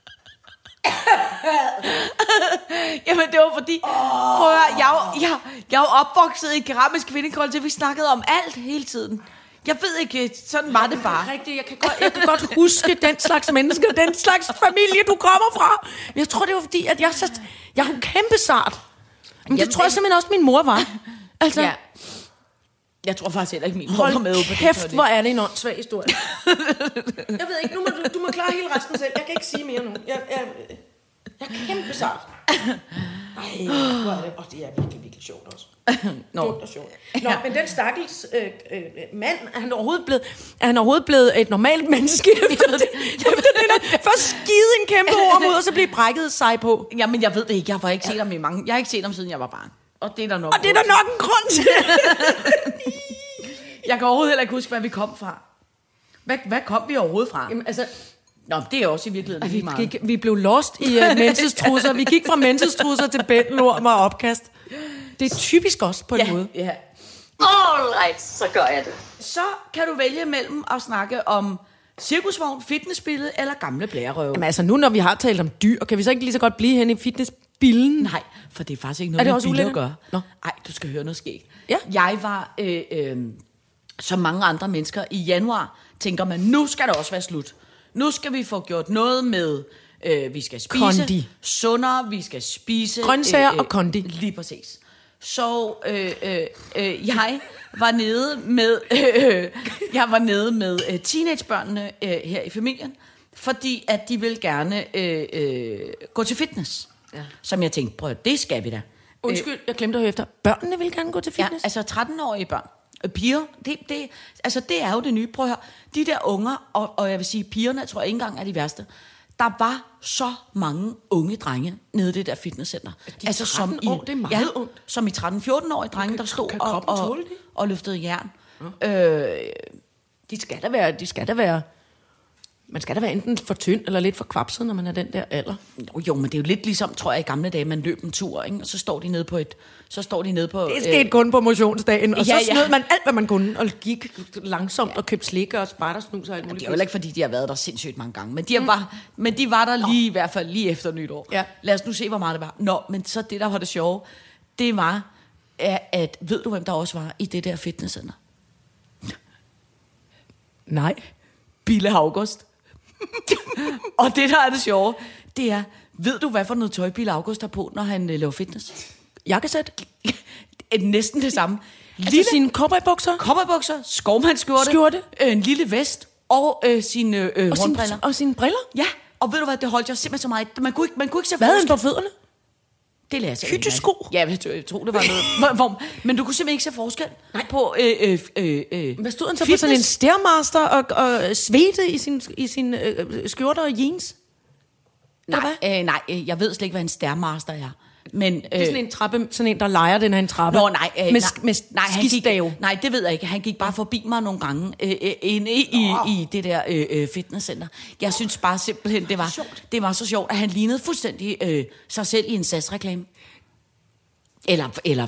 Speaker 6: Jamen det var fordi prøv at høre, jeg er jo opvokset i et keramisk kvindekollektiv. Vi snakkede om alt hele tiden. Jeg ved ikke, sådan var det bare.
Speaker 7: Rigtigt, jeg kan godt huske den slags mennesker, den slags familie, du kommer fra. Jeg tror, det var fordi, at jeg er jo kæmpe sart. Men det tror jeg simpelthen også, min mor var. Altså,
Speaker 6: ja. Jeg tror faktisk heller ikke, min mor var med på det.
Speaker 7: Kæft, hvor er det en åndssvag historie. Jeg ved ikke, du må klare hele resten selv. Jeg kan ikke sige mere nu. Jeg er kæmpe sart. det er virkelig, virkelig sjovt også. Dumt og sjovt. Nå, men den stakkels mand, er han overhovedet blevet et normalt menneske? Først skide en kæmpe orm ud, og så blive brækket sig på.
Speaker 6: Jamen, jeg ved det ikke. Jeg har ikke set ham i mange. Jeg har ikke set ham, siden jeg var barn. Og det er der nok,
Speaker 7: en grund til.
Speaker 6: Jeg kan overhovedet heller ikke huske, hvad vi kom fra. Hvad kom vi overhovedet fra?
Speaker 7: Jamen, altså...
Speaker 6: Nå, det er også i virkeligheden lige meget.
Speaker 7: Vi blev lost i mensestrusser. Vi gik fra mensestrusser til bændelorm og opkast. Det er typisk også på en måde.
Speaker 6: Ja.
Speaker 5: Alright, så gør jeg det.
Speaker 6: Så kan du vælge mellem at snakke om cirkusvogn, fitnessbillede eller gamle blærerøve.
Speaker 7: Jamen altså nu, når vi har talt om dyr, kan vi så ikke lige så godt blive hen i fitnessbillen?
Speaker 6: Nej, for det er faktisk ikke noget med biler at gøre.
Speaker 7: Nå.
Speaker 6: Nej, du skal høre noget skægt.
Speaker 7: Ja.
Speaker 6: Jeg var, som mange andre mennesker, i januar, tænker man, nu skal det også være slut. Nu skal vi få gjort noget med, vi skal spise
Speaker 7: kondi.
Speaker 6: Sundere, vi skal spise...
Speaker 7: Grøntsager og kondi.
Speaker 6: Lige præcis. Så jeg var nede med teenagebørnene her i familien, fordi at de vil gerne gå til fitness. Ja. Som jeg tænkte, prøv, det skal vi da.
Speaker 7: Undskyld, jeg glemte at høre efter. Børnene vil gerne gå til fitness?
Speaker 6: Ja, altså 13-årige børn. Piger, det er jo det nye. Prøv at høre, de der unger, og jeg vil sige, pigerne tror jeg ikke engang er de værste. Der var så mange unge drenge nede i det der fitnesscenter.
Speaker 7: Altså som i, det er meget ungt.
Speaker 6: Som i 13-14-årige drenge, der stod og løftede jern.
Speaker 7: De skal da være... Man skal da være enten for tynd eller lidt for kvapset, når man er den der alder.
Speaker 6: Jo, men det er jo lidt ligesom, tror jeg, i gamle dage, man løb en tur, ikke? Og så står de nede på
Speaker 7: Det skete kun på motionsdagen, og så snød man alt, hvad man kunne, og gik langsomt og købte slikker og spartersnus og alt muligt.
Speaker 6: Det er jo ikke, fordi de har været der sindssygt mange gange, men de var der lige, i hvert fald lige efter nytår. Ja. Lad os nu se, hvor meget det var. Nå, men så det, der var det sjove, det var, at ved du, hvem der også var i det der fitnesscenter?
Speaker 7: Nej.
Speaker 6: Bille August. Og det, der er det sjove, det er, ved du, hvad for noget tøj Bille August har på, når han laver fitness?
Speaker 7: Jakkesæt?
Speaker 6: Næsten det samme.
Speaker 7: Altså sine cowboybukser,
Speaker 6: skovmandsskjorte, en lille vest og sine rundbriller.
Speaker 7: Og sine briller?
Speaker 6: Ja, og ved du hvad, det holdt jeg simpelthen så meget. Man kunne ikke se
Speaker 7: hvad forskel. Hvad på fødderne?
Speaker 6: Det lader sig.
Speaker 7: Hyttesko?
Speaker 6: Ja, jeg tror, det var noget. Men du kunne simpelthen ikke se forskel på
Speaker 7: hvad stod han så på sådan en Stairmaster og svedte i sin skjorter og jeans?
Speaker 6: Nej, jeg ved slet ikke, hvad en Stairmaster er. Men,
Speaker 7: det er sådan en trappe, sådan en, der leger den her en trappe.
Speaker 6: Nå, nej.
Speaker 7: Med skistave.
Speaker 6: Nej, det ved jeg ikke. Han gik bare forbi mig nogle gange inde i det der fitnesscenter. Jeg synes bare simpelthen, det var så sjovt, at han lignede fuldstændig sig selv i en SAS-reklame. Eller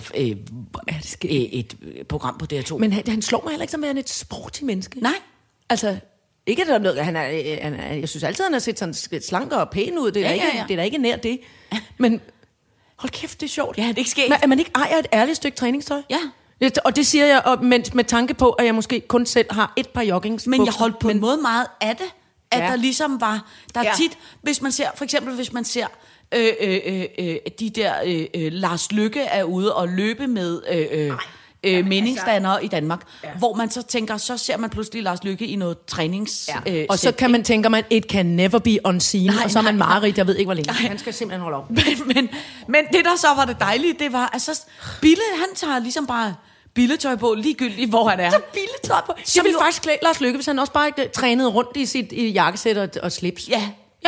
Speaker 6: et program på DR2.
Speaker 7: Men han slår mig heller ikke som et sporty menneske.
Speaker 6: Nej.
Speaker 7: Altså... Ikke at der er noget, jeg synes altid, han har set sådan slanker og pæn ud. Det er da ikke nær det. Men hold kæft, det er sjovt.
Speaker 6: Ja, det er ikke sket.
Speaker 7: At man ikke ejer et ærligt stykke træningstøj.
Speaker 6: Ja.
Speaker 7: Og det siger jeg med tanke på, at jeg måske kun selv har et par joggingsbukser.
Speaker 6: Men jeg holdt på en måde meget af det. At der ligesom var... Der er tit, hvis man ser... de der Lars Løkke er ude og løbe med... meningsdannere i Danmark, hvor man så tænker, så ser man pludselig Lars Løkke i noget trænings...
Speaker 7: og så kan man tænke, man it can never be unseen, og så er man mareridt, jeg ved ikke hvor længe. Han skal simpelthen holde op.
Speaker 6: Men det, der så var det dejlige, det var, altså, Bille, han tager ligesom bare billetøj på, ligegyldigt hvor han er.
Speaker 7: Så billetøj på. Det ville faktisk klæde Lars Løkke, hvis han også bare trænede rundt i sit jakkesæt og slips.
Speaker 6: Ja.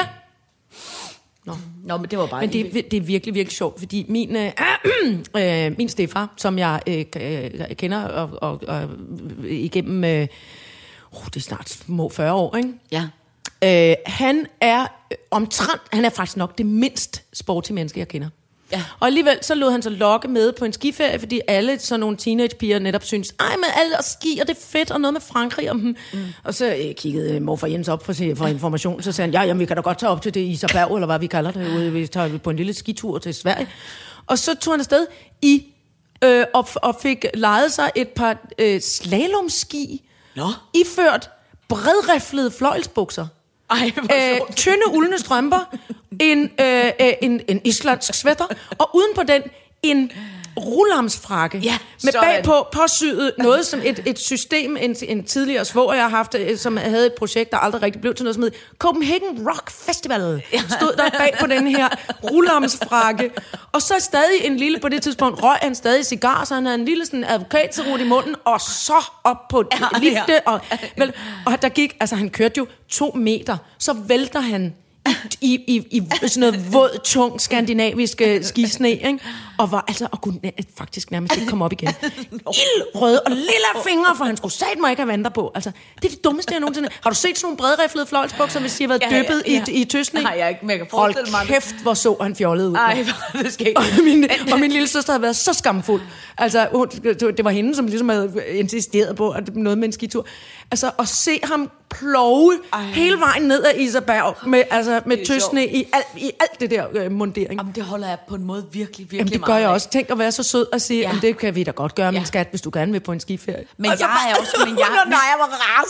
Speaker 6: Nå, men det var bare...
Speaker 7: Men det er virkelig, virkelig sjovt, fordi min stedfar, som jeg kender og igennem... det er snart små 40 år, ikke?
Speaker 6: Ja.
Speaker 7: Han er faktisk nok det mindst sporty menneske, jeg kender.
Speaker 6: Ja.
Speaker 7: Og alligevel så lod han sig lokke med på en skiferie, fordi alle sådan nogle teenagepiger netop synes, men alle ski, og det er fedt, og noget med Frankrig. Og så kiggede morfar Jens op for information, så sagde han, jamen vi kan da godt tage op til det Isarberg, eller hvad vi kalder det, ude. Vi tager på en lille skitur til Sverige. Og så tog han afsted og fik lejet sig et par slalomski, iført bredriflede fløjlsbukser. Tynde uldne strømper, en islandsk sweater, og uden på den rullamsfrakke.
Speaker 6: Ja,
Speaker 7: med
Speaker 6: sådan.
Speaker 7: bagpå påsyet noget som et system, en tidligere svoger, jeg har haft, som havde et projekt, der aldrig rigtig blev til noget, som hed Copenhagen Rock Festival. Stod der bag på den her rullamsfrakke. Og så stadig en lille, på det tidspunkt røg han stadig cigar, så han havde en lille sådan advokatserut i munden, og så op på lifte. Og der gik, altså han kørte jo 2 meter, så vælter han i sådan noget våd, tung, skandinavisk skisne, ikke? Og var altså, og kunne faktisk nærmest ikke komme op igen. Ildrød og lille fingre, for han skulle satme ikke have vanter på. Altså, det er det dummeste, jeg nogensinde... Har du set sådan nogle bredriflede fløjlsbukser, hvis de har været dyppet i tøsning?
Speaker 6: Nej, jeg ikke, men jeg kan forestille mig.
Speaker 7: Hold kæft, hvor så han fjollet ud.
Speaker 6: Ej, det skal ikke.
Speaker 7: Og min lille søster havde været så skamfuld. Altså, det var hende, som ligesom havde insisteret på, at noget med en skitur. Altså, at se ham ploge hele vejen ned ad Isabjerg med tøsne i alt det der mundering.
Speaker 6: Jamen, det holder jeg på en måde virkelig
Speaker 7: Jamen, det
Speaker 6: meget
Speaker 7: gør jeg
Speaker 6: af.
Speaker 7: også. Tænk at være så sød og sige, jamen, det kan vi da godt gøre, min skat, hvis du gerne vil på en skiferie.
Speaker 6: Men jeg er også...
Speaker 7: jeg var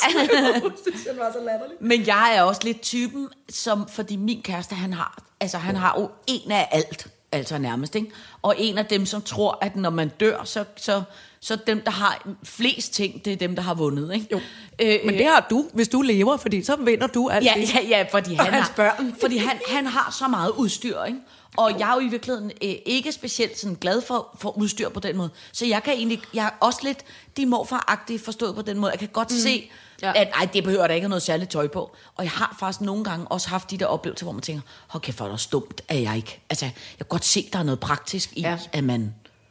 Speaker 7: rasende.
Speaker 6: Men jeg er også lidt typen, som... Fordi min kæreste, han har jo en af alt, altså nærmest, ikke? Og en af dem, som tror, at når man dør, så dem, der har flest ting, det er dem, der har vundet, ikke? Jo.
Speaker 7: Men det har du, hvis du lever, fordi så vinder du alt det.
Speaker 6: Ja, fordi han
Speaker 7: hans
Speaker 6: har,
Speaker 7: børn.
Speaker 6: fordi han har så meget udstyr, ikke? Og jeg er jo i virkeligheden ikke specielt sådan glad for udstyr på den måde. Så jeg er også lidt de morfar-agtige forstået på den måde. Jeg kan godt se, at det behøver der ikke have noget særligt tøj på. Og jeg har faktisk nogle gange også haft de der oplevelser, hvor man tænker, hold kæft, hvor er det stumt, at jeg ikke... Altså, jeg kan godt se, der er noget praktisk i, at man...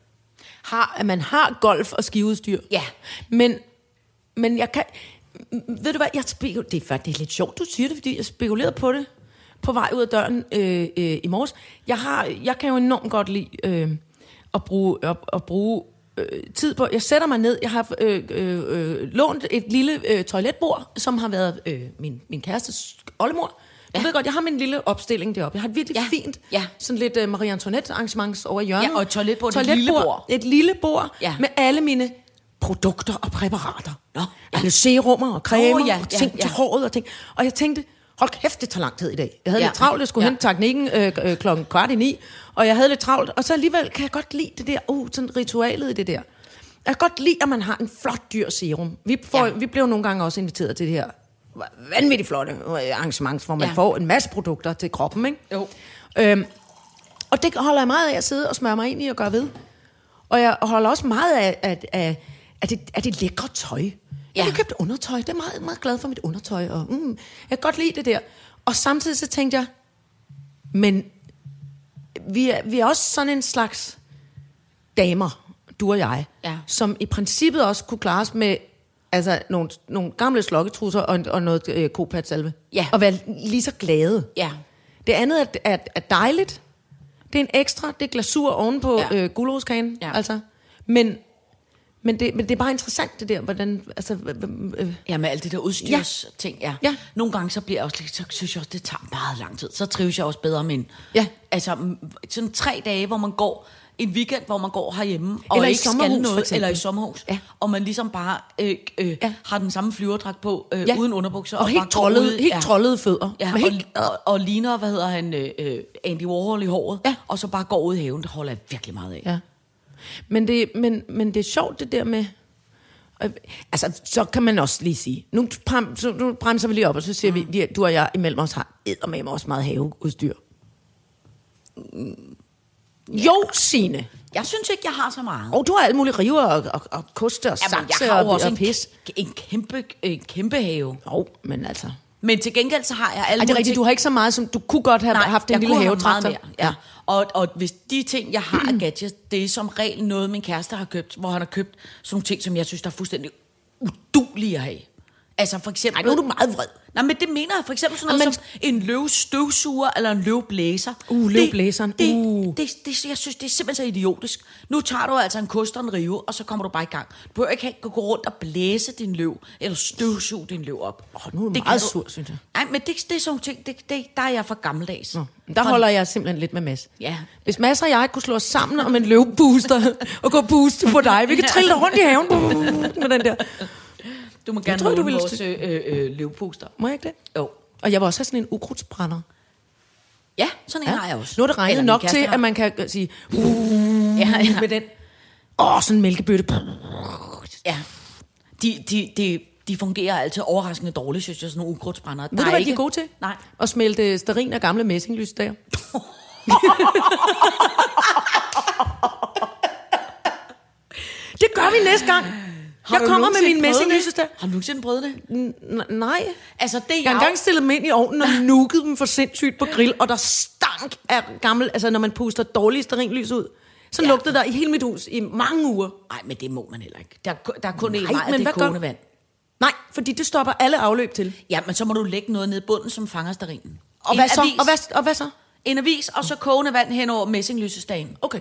Speaker 7: At man har golf og skiudstyr.
Speaker 6: Ja.
Speaker 7: Men jeg kan... Ved du hvad, det er faktisk lidt sjovt, du siger det, fordi jeg spekulerede på det på vej ud af døren i morges. Jeg kan jo enormt godt lide at bruge tid på... Jeg sætter mig ned, jeg har lånt et lille toiletbord, som har været min kærestes oldemor. Du ved godt, jeg har min lille opstilling deroppe. Jeg har et virkelig fint, sådan lidt Marie Antoinette arrangements over hjørnet.
Speaker 6: Ja, og et toiletbord, et lille bord.
Speaker 7: Et lille bord med alle mine produkter og præparater. Alle serummer og cremer og ting til håret og ting. Og jeg tænkte, hold kæft, det tager lang tid i dag. Jeg havde lidt travlt, jeg skulle hente teknikken 8:15, og jeg havde lidt travlt. Og så alligevel kan jeg godt lide det der, sådan ritualet i det der. Jeg kan godt lide, at man har en flot dyr serum. Vi blev nogle gange også inviteret til det her vanvittigt flotte arrangement, hvor man får en masse produkter til kroppen, ikke? Jo. Og det holder jeg meget af at sidde og smøre mig ind i og gøre ved. Og jeg holder også meget af det lækre tøj. Jeg har købt undertøj. Det er meget, meget glad for mit undertøj. Og, jeg kan godt lide det der. Og samtidig så tænkte jeg, men vi er også sådan en slags damer, du og jeg, som i princippet også kunne klares med nogle gamle slokketrusser og noget kopatsalve. Ja. Og være lige så glade. Ja. Det andet er dejligt. Det er en ekstra, det er glasur ovenpå gulerodskagen. Ja. Altså. Men det er bare interessant det der, hvordan...
Speaker 6: Ja, med alt det der udstyrsting, ja. Nogle gange så bliver jeg også, så synes jeg også, det tager meget lang tid. Så trives jeg også bedre med en... Ja. Altså, sådan 3 dage, hvor man går... En weekend, hvor man går herhjemme og
Speaker 7: eller
Speaker 6: ikke skal noget,
Speaker 7: eller
Speaker 6: i sommerhus, og man ligesom bare har den samme flyverdragt på, uden underbukser.
Speaker 7: Og helt trollede fødder.
Speaker 6: Ja, og ligner, hvad hedder han, Andy Warhol i håret, og så bare går ud i haven. Det holder jeg virkelig meget af. Ja.
Speaker 7: Men det er sjovt det der med... Altså, så kan man også lige sige... Nu bremser vi lige op, og så siger vi, du og jeg imellem os har eddermame også meget haveudstyr. Jo, Signe.
Speaker 6: Jeg synes ikke, jeg har så meget.
Speaker 7: Og du har alle mulige river og koste og sakse og pis.
Speaker 6: En kæmpe have.
Speaker 7: Jo, men altså...
Speaker 6: Men til gengæld så har jeg alle mulige
Speaker 7: det er rigtigt, du har ikke så meget, som du kunne godt have haft en lille havetraktor.
Speaker 6: Ja. Og hvis de ting, jeg har af gadgets, det er som regel noget, min kæreste har købt, hvor han har købt sådan nogle ting, som jeg synes, der er fuldstændig uduelige at have. Altså for eksempel...
Speaker 7: nu er du meget vred.
Speaker 6: Nej, men det mener jeg. For eksempel sådan noget som en løvstøvsuger eller en løvblæser.
Speaker 7: Løvblæseren.
Speaker 6: Jeg synes, det er simpelthen så idiotisk. Nu tager du altså en kost og en rive, og så kommer du bare i gang. Du behøver ikke gå rundt og blæse din løv, eller støvsuge din løv op.
Speaker 7: Nu er du meget sur, synes jeg.
Speaker 6: Nej, men det er sådan ting, der er jeg for gammeldags.
Speaker 7: Der holder jeg simpelthen lidt med Mads. Ja. Hvis Mads og jeg kunne slå os sammen om en løvbooster, og gå booste på dig, vi kan trille dig rundt i haven med den der...
Speaker 6: Du må gerne låne vores løvpuster.
Speaker 7: Må jeg ikke det?
Speaker 6: Jo.
Speaker 7: Og jeg vil også have sådan en ukrudtsbrænder.
Speaker 6: Ja, sådan en har jeg også.
Speaker 7: Nu er det regnet nok til, at man kan sige... med den. Sådan en mælkebøtte.
Speaker 6: Ja. De fungerer altid overraskende dårligt, synes jeg, sådan nogle ukrudtsbrændere.
Speaker 7: Ved du, hvad de er gode til?
Speaker 6: Nej.
Speaker 7: At smelte stearin af gamle messinglysstager. Det gør vi næste gang. Jeg kommer med min messinglysestager.
Speaker 6: Har du nogensinde prøvet det?
Speaker 7: Nej.
Speaker 6: Altså, det
Speaker 7: Jeg har engang stillet dem ind i ovnen og nuggede dem for sindssygt på grill, og der stank af gammel, altså når man puster dårlige stearinlys ud, så lugtede der i hele mit hus i mange uger.
Speaker 6: Nej, men det må man heller ikke. Der er kun en vej,
Speaker 7: men
Speaker 6: det
Speaker 7: hvad
Speaker 6: er
Speaker 7: gør-
Speaker 6: kogende vand.
Speaker 7: Nej, fordi det stopper alle afløb til.
Speaker 6: Ja, men så må du lægge noget ned i bunden, som fanger stearinen.
Speaker 7: Og hvad så? Og hvad så?
Speaker 6: En avis, og så kogende vand hen over messinglysestagen.
Speaker 7: Okay.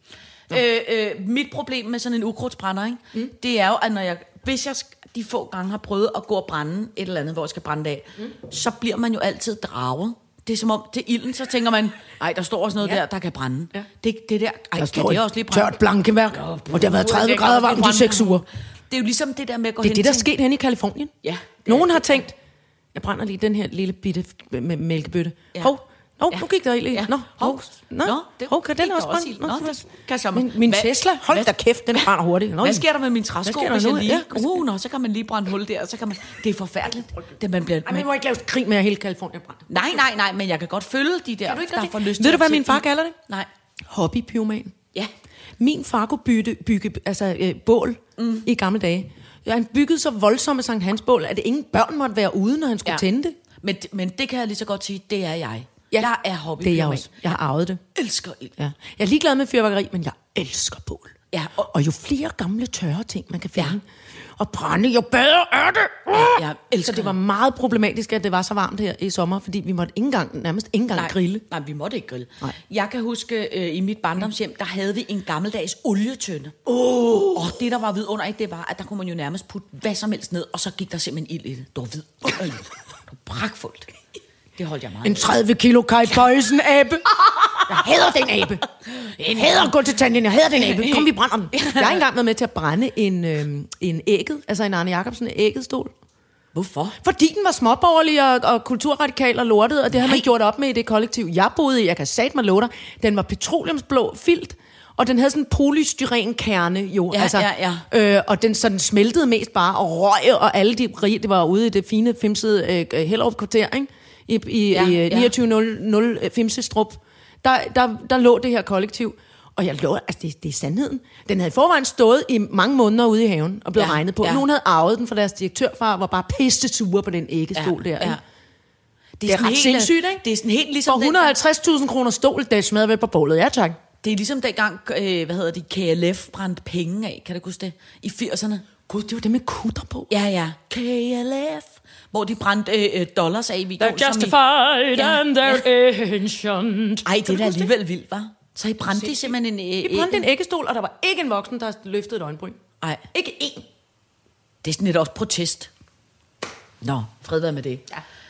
Speaker 6: Mit problem med sådan en ukrudtsbrænder, ikke? Det er jo, at hvis jeg de få gange har prøvet at gå og brænde et eller andet, hvor jeg skal brænde det af, så bliver man jo altid draget. Det er som om, til ilden, så tænker man, ej, der står også noget der kan brænde. Ja. Det der, ej, kan det også lige brænde?
Speaker 7: Tørt blankeværk, og det har været 30 grader varmt i 6 uger.
Speaker 6: Det er jo ligesom det der med at gå
Speaker 7: Det er
Speaker 6: hen
Speaker 7: det, der er
Speaker 6: til-
Speaker 7: sket hen i Kalifornien.
Speaker 6: Ja.
Speaker 7: Nogen har tænkt, jeg brænder lige den her lille bitte med mælkebøtte.
Speaker 6: Ja.
Speaker 7: Hov,
Speaker 6: Ja.
Speaker 7: nu gik der ild i.
Speaker 6: Ja.
Speaker 7: Nå, kan den
Speaker 6: gik
Speaker 7: også
Speaker 6: der
Speaker 7: brænde?
Speaker 6: ild. Nå, det kan så-
Speaker 7: Min
Speaker 6: Hvad-
Speaker 7: Tesla, hold da kæft, den brænder hurtigt. Nå,
Speaker 6: Hvad sker der med min træsko,
Speaker 7: sker der
Speaker 6: hvis jeg
Speaker 7: nu?
Speaker 6: lige...
Speaker 7: Ja.
Speaker 6: Så kan man lige brænde hul der, og så kan man... Det er forfærdeligt. Det, man bliver...
Speaker 7: Ej, man må ikke lave krig med, at hele Kalifornien brænder.
Speaker 6: Nej, men jeg kan godt følge de der, der får lyst til
Speaker 7: Ved du,
Speaker 6: at
Speaker 7: hvad
Speaker 6: se
Speaker 7: min far
Speaker 6: ild.
Speaker 7: kalder det?
Speaker 6: Nej.
Speaker 7: Hobbypyroman.
Speaker 6: Ja.
Speaker 7: Min far kunne bygge bål i gamle dage. Ja, han byggede så voldsomme Sankt Hans bål, at ingen børn måtte være ude, når han skulle tænde det.
Speaker 6: Men det kan jeg lige så godt sige, det er jeg.
Speaker 7: Ja,
Speaker 6: Jeg er hobby.
Speaker 7: det er jeg også. Jeg har arvet det.
Speaker 6: elsker ild.
Speaker 7: Ja. Jeg er ligeglad med fyrværkeri, men jeg elsker bål.
Speaker 6: Ja,
Speaker 7: Og jo flere gamle tørre ting, man kan finde, og brænde, jo bedre er det.
Speaker 6: jeg elsker
Speaker 7: Så det var meget problematisk, at det var så varmt her i sommer, fordi vi måtte nærmest ikke engang grille.
Speaker 6: Nej, vi måtte ikke grille.
Speaker 7: Nej.
Speaker 6: Jeg kan huske, i mit barndomshjem, der havde vi en gammeldags olietønde. Og det, der var vidunderligt, det var, at der kunne man jo nærmest putte hvad som helst ned, og så gik der simpelthen ild i det. Det var vidunderligt. Det var pragtfuldt. Det holdt jeg meget
Speaker 7: En 30 kilo Kai Bøjsen abe. Jeg hader den abe. Jeg hader at gå til tanden. Jeg hader den abe. Kom, vi brænder den. Jeg har engang været med til at brænde en ægget, altså en Arne Jacobsen æggetstol.
Speaker 6: Hvorfor?
Speaker 7: Fordi den var småborgerlig og kulturradikal og lortet, og det havde man gjort op med i det kollektiv, jeg boede i. Jeg kan satme love dig. Den var petroleumsblå filt, og den havde sådan en polystyrenkerne jo.
Speaker 6: Ja.
Speaker 7: Og den smeltede mest bare, og røg, og alle de rige, det var ude i det fine femsede Hellerup-kvarter, ikke? I 2900 Fimsestrup, der lå det her kollektiv. Og jeg lå, altså det er sandheden. Den havde i forvejen stået i mange måneder ude i haven og blevet regnet på. Nogen havde arvet den fra deres direktørfar og var bare pisse sure på den æggestol der. Ikke? Det er ret sindssygt, ikke?
Speaker 6: Det er sådan helt ligesom...
Speaker 7: For 150.000 kroner stol, det smadrer vel på bålet. Ja, tak.
Speaker 6: Det er ligesom dengang, KLF brændte penge af, kan du huske det? I 80'erne.
Speaker 7: Gud, det var det med kutter på.
Speaker 6: Ja. KLF. Hvor de brændte dollars af i weekenden.
Speaker 7: They're justified and they're ancient.
Speaker 6: Ej, det er da alligevel vildt, hva'? Så I brændte de simpelthen en...
Speaker 7: Vi brændte en æggestol, og der var ikke en voksen, der løftede et øjenbryn.
Speaker 6: Ej.
Speaker 7: Ikke én.
Speaker 6: Det er sådan lidt også protest. Nå, fred være med det.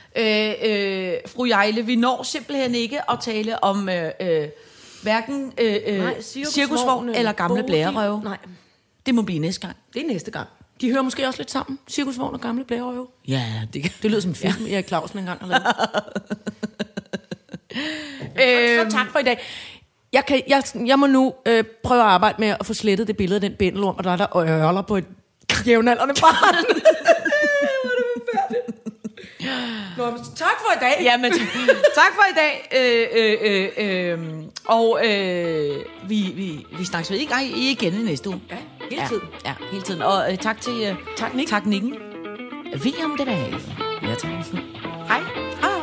Speaker 6: Ja. Fru Jejle, vi når simpelthen ikke at tale om hverken cirkusvogn eller gamle blærerøve.
Speaker 7: Nej,
Speaker 6: Det må blive næste gang.
Speaker 7: det er næste gang. De hører måske også lidt sammen. Cirkusvogn og gamle blærerøve.
Speaker 6: Ja, det kan...
Speaker 7: Det lyder som en film, Erik Clausen engang har lavet. Så tak for i dag. Jeg må nu prøve at arbejde med at få slettet det billede af den bændelorm, og der ørler på et jævnaldrende barn. Tak for i dag.
Speaker 6: Jamen, tak for i dag. Vi snakkes ved igen i næste uge.
Speaker 7: Ja, hele tiden.
Speaker 6: Ja, hele tiden. Og tak til... Tak, Nikken. Vi om det der. Ja, tak.
Speaker 7: Hej. Hej.